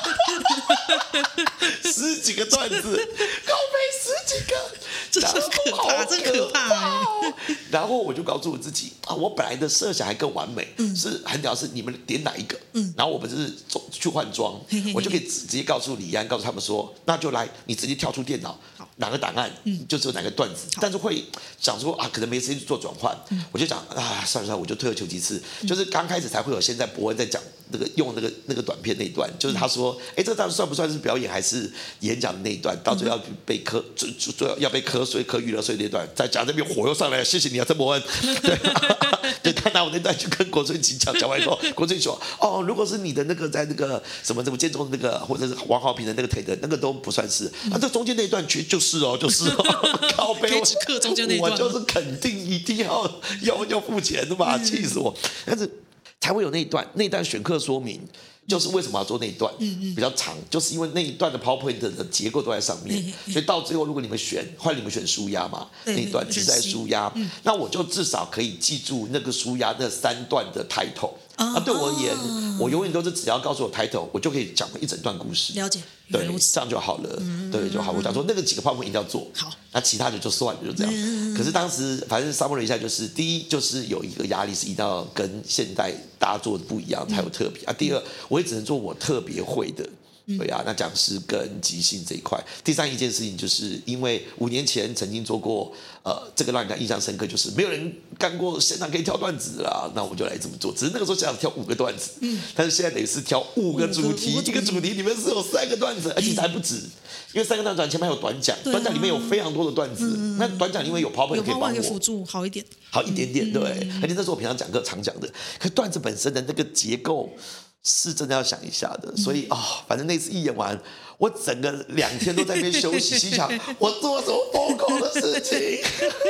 十几个段子，高飞十几个。 这是可怕，真可怕、欸。 然后我就告诉我自己啊，我本来的设想还更完美，嗯、是很屌，是你们点哪一个，嗯、然后我们就是去换装，嘿嘿嘿我就可以直接告诉李安，告诉他们说，那就来，你直接跳出电脑，哪个档案，嗯、就只有哪个段子，但是会想说啊，可能没时间去做转换，嗯、我就讲啊，算了算了，我就退而求其次，嗯、就是刚开始才会有现在伯恩在讲那个用那个那个短片那一段，就是他说，哎、嗯，这段算不算是表演还是演讲的那一段，到最后要被科最最要被科。所以科娱乐税那段，在讲这边火又上来了，谢谢你啊，曾伯恩。对，对他拿我那段去跟国税局讲，讲完以后，国税局说，哦，如果是你的那个在那个什么什么建中那个，或者是王浩平的那个腿的那个都不算是，啊，这中间那一段绝就是哦，就是哦，靠背， 可以只刻中间那一段， 我就是肯定一定要要要付钱的嘛，气死我！但是才会有那一段，那一段选课说明。就是为什么要做那一段比较长，就是因为那一段的 PowerPoint 的结构都在上面，所以到最后如果你们选，后来你们选舒压嘛，那一段只是在舒压，那我就至少可以记住那个舒压那三段的 title。啊，对我而言，我永远都是只要告诉我 title， 我就可以讲一整段故事。 了解， 对，这样就好了，嗯、对就好。我想说那个几个 PowerPoint 一定要做， 好， 那其他的就算了，就这样。嗯、可是当时反正 summary 一下，就是第一就是有一个压力是一定要跟现代大家做的不一样才有特别、嗯、啊。第二，我也只能做我特别会的。对啊，那讲师跟即兴这一块。第三一件事情，就是因为五年前曾经做过，呃，这个让人家印象深刻，就是没有人干过现场可以跳段子啦，那我们就来这么做。只是那个时候现场跳五个段子，嗯，但是现在等于是跳五个主题，一个主题里面是有三个段子，而且还不止，因为三个段子前面还有短讲，短讲里面有非常多的段子，嗯、那短讲因为有 PowerPoint 可以帮我辅助好一点， 好一点点，对，嗯、而且那是我平常讲课常讲的，可段子本身的那个结构。是真的要想一下的，所以啊、哦，反正那次一演完，我整个两天都在那边休息，心想我做什么疯狂的事情，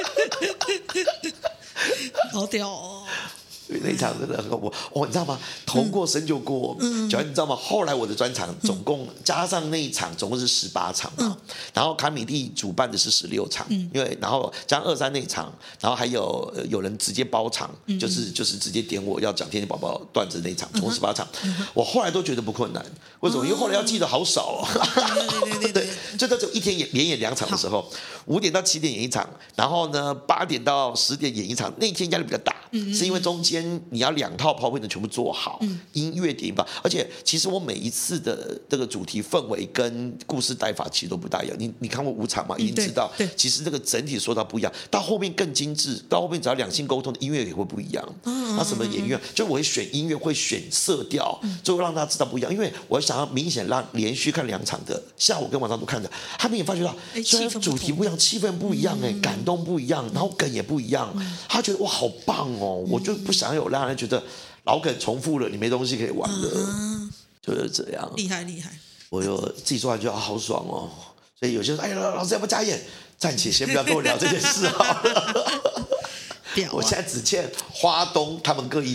好屌哦！ 那一场真的很恐怖哦，你知道吗？头过身就过，嗯，主要你知道吗？后来我的专场总共、嗯、加上那一场，总共是十八场嘛、嗯，然后卡米蒂主办的是十六场，嗯，因为然后加上二三那一场，然后还有、呃、有人直接包场，嗯、就是就是直接点我要讲天天宝宝段子那一场，总共十八场、嗯，我后来都觉得不困难，为什么？因为后来要记得好少哦，对对对对，就在这一天演连演两场的时候，五点到七点演一场，然后呢八点到十点演一场，那天压力比较大，嗯、是因为中间。你要两套 PowerPoint 全部做好，嗯、音乐点吧，而且其实我每一次的这个主题氛围跟故事带法其实都不大一样。你你看过五场嘛，已经知道，嗯、其实这个整体说到不一样，到后面更精致，到后面只要两性沟通的音乐也会不一样。嗯、那什么演乐，就我会选音乐，会选色调，就会让大家知道不一样。因为我想要明显让连续看两场的，下午跟晚上都看的，他们也发觉到，虽然主题不一样，气氛不一样、欸，哎、嗯，感动不一样，然后梗也不一样，嗯、他觉得哇好棒哦，我就不想有让人觉得老梗重复了，你没东西可以玩了，嗯、就是这样。 厉害厉害！ 我就自己说完觉得啊好爽哦，所以有些人说哎呀老师要不要加演？暂且先不要跟我聊这件事好了。我现在只欠花东他们各一场。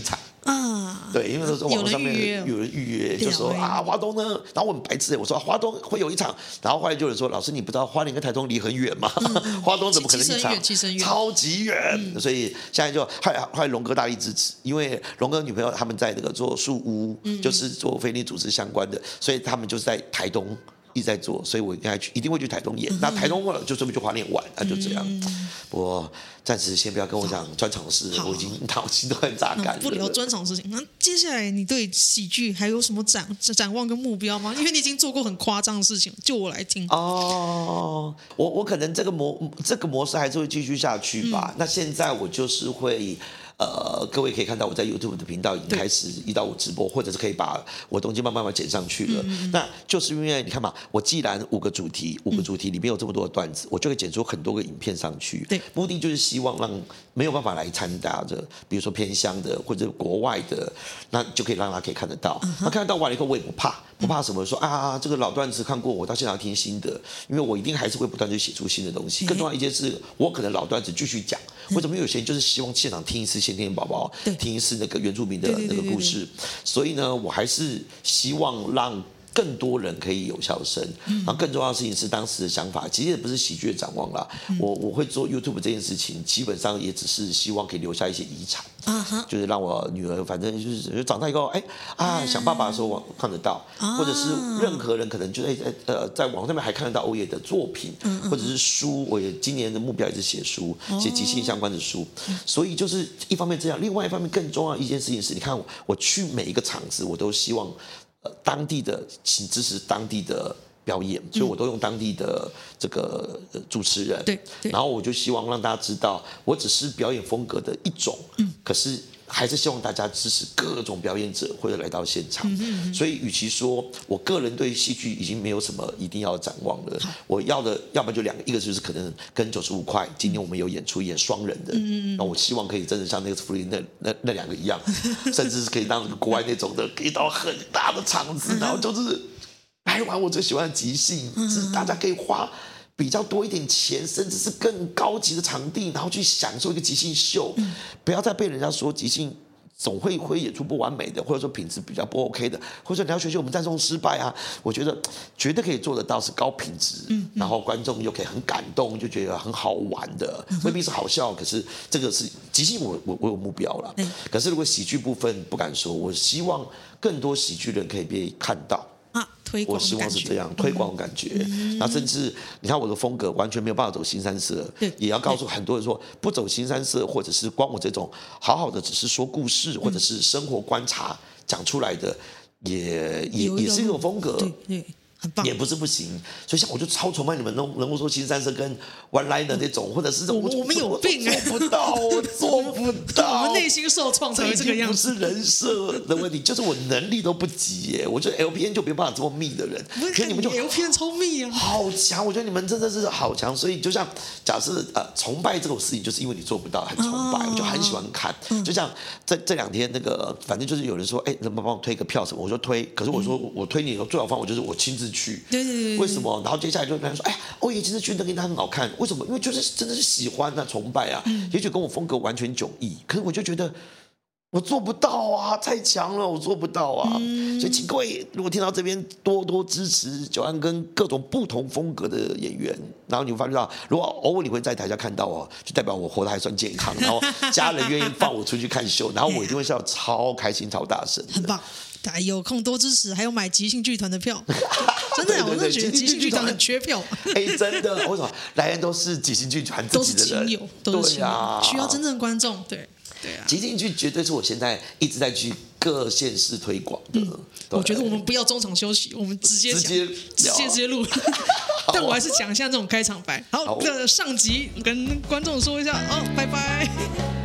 啊， 对，因为那时候网络上面有人预约，就说啊花东呢，然后我很白痴，我说华东会有一场，然后后来就有人说老师你不知道花莲跟台东离很远吗？嗯、华东怎么可能一场？超级远，嗯、所以现在就后来后来龙哥大力支持，因为龙哥女朋友他们在那个做树屋，嗯、就是做非利组织相关的，所以他们就是在台东。一直在做，所以我应该去，一定会去台东演。嗯、那台东了就顺便去花莲玩，那、嗯、就这样。不过暂时先不要跟我讲专场事，我已经脑筋都很榨干了。 不聊专场事情，那接下来你对喜剧还有什么展展望跟目标吗？因为你已经做过很夸张的事情，就我来听。 哦，我我可能这个模这个模式还是会继续下去吧。嗯、那现在我就是会。呃，各位可以看到我在 YouTube 的频道已经开始一到五直播，或者是可以把我东西慢慢慢剪上去了。嗯、那就是因为你看嘛，我既然五个主题，五个主题里面有这么多的段子，嗯、我就会剪出很多个影片上去。对，目的就是希望让没有办法来参加的，比如说偏乡的或者国外的，那就可以让他可以看得到。嗯、那看得到完了以后，我也不怕，不怕什么说啊，这个老段子看过，我到现场听新的，因为我一定还是会不断去写出新的东西。更重要一件事，我可能老段子继续讲，为什么有些人就是希望现场听一次。先天宝宝听一次那个原住民的那个故事，所以呢，我还是希望让更多人可以有笑声。嗯、然后更重要的事情是当时的想法，其实也不是喜剧的展望啦。嗯、我我会做 YouTube 这件事情，基本上也只是希望可以留下一些遗产，啊、就是让我女儿反正就是长大以后，哎啊想爸爸的时候我看得到，啊、或者是任何人可能就哎呃在网上面还看得到欧爷的作品，嗯嗯、或者是书。我也今年的目标也是写书，哦、写即兴相关的书。所以就是一方面这样，另外一方面更重要的一件事情是，你看我我去每一个场子，我都希望。呃，当地的请支持当地的表演，所以我都用当地的这个主持人。对，然后我就希望让大家知道，我只是表演风格的一种，嗯，可是还是希望大家支持各种表演者或者来到现场。嗯嗯嗯所以，与其说我个人对戏剧已经没有什么一定要展望了，我要的要不然就两个，一个就是可能跟九十五块，今天我们有演出演双人的，嗯嗯那我希望可以真的像那个 Free 那那那两个一样，甚至是可以当国外那种的，可以到很大的场子，然后就是来玩我最喜欢的即兴，是大家可以花。比较多一点钱，甚至是更高级的场地，然后去享受一个即兴秀，嗯、不要再被人家说即兴总会会演出不完美的，或者说品质比较不 OK的，或者说你要学习我们赞颂失败啊，我觉得绝对可以做得到是高品质，嗯嗯、然后观众又可以很感动，就觉得很好玩的，未必是好笑，可是这个是即兴我我我有目标了，嗯、可是如果喜剧部分不敢说，我希望更多喜剧人可以被看到。 啊，推广我希望是这样，推广感觉。那、嗯、甚至你看我的风格完全没有办法走新三色，也要告诉很多人说，不走新三色，或者是光我这种好好的只是说故事，嗯、或者是生活观察讲出来的，也也也是一种风格。 对对。很棒， 也不是不行，所以像我就超崇拜你们能能够说新三色跟 one line 的那种，或者是我我们有病啊， 做不到，我做不到， 我们内心受创才会这个样子。 不是人设的问题，就是我能力都不及耶。我觉得 L P N 就没办法这么密的人， 可是你们就 L P N 超密啊， 好强！我觉得你们真的是好强，所以就像假设呃崇拜这种事情，就是因为你做不到，很崇拜，哦、我就很喜欢看。嗯、就像这这两天那个，反正就是有人说，哎，能不能帮我推个票什么？我说推，可是我说、嗯、我推你的最好方法就是我亲自去。 对对对。 为什么？然后接下来就跟他说：“哎呀，欧爷其实觉得跟他很好看，为什么？因为就是真的是喜欢啊，崇拜啊，嗯、也许跟我风格完全迥异，可是我就觉得我做不到啊，太强了，我做不到啊。嗯、所以请各位如果听到这边多多支持九安跟各种不同风格的演员，然后你会发觉到，如果偶尔你会在台下看到我，就代表我活得还算健康，然后家人愿意放我出去看秀，然后我一定会笑超开心、超大声， 很棒。”有空多支持，还有买即兴剧团的票，真的，我真的觉得即兴剧团很缺票。 哎，真的，为什么来人都是即兴剧团自己的人， 都是亲友，都是亲友，啊、需要真正观众。对对啊， 即兴剧绝对是我现在一直在去各县市推广的。嗯、 我觉得我们不要中场休息，我们直接直接直接直接录。但我还是讲一下这种开场白。好，这上集跟观众说一下，哦，拜拜。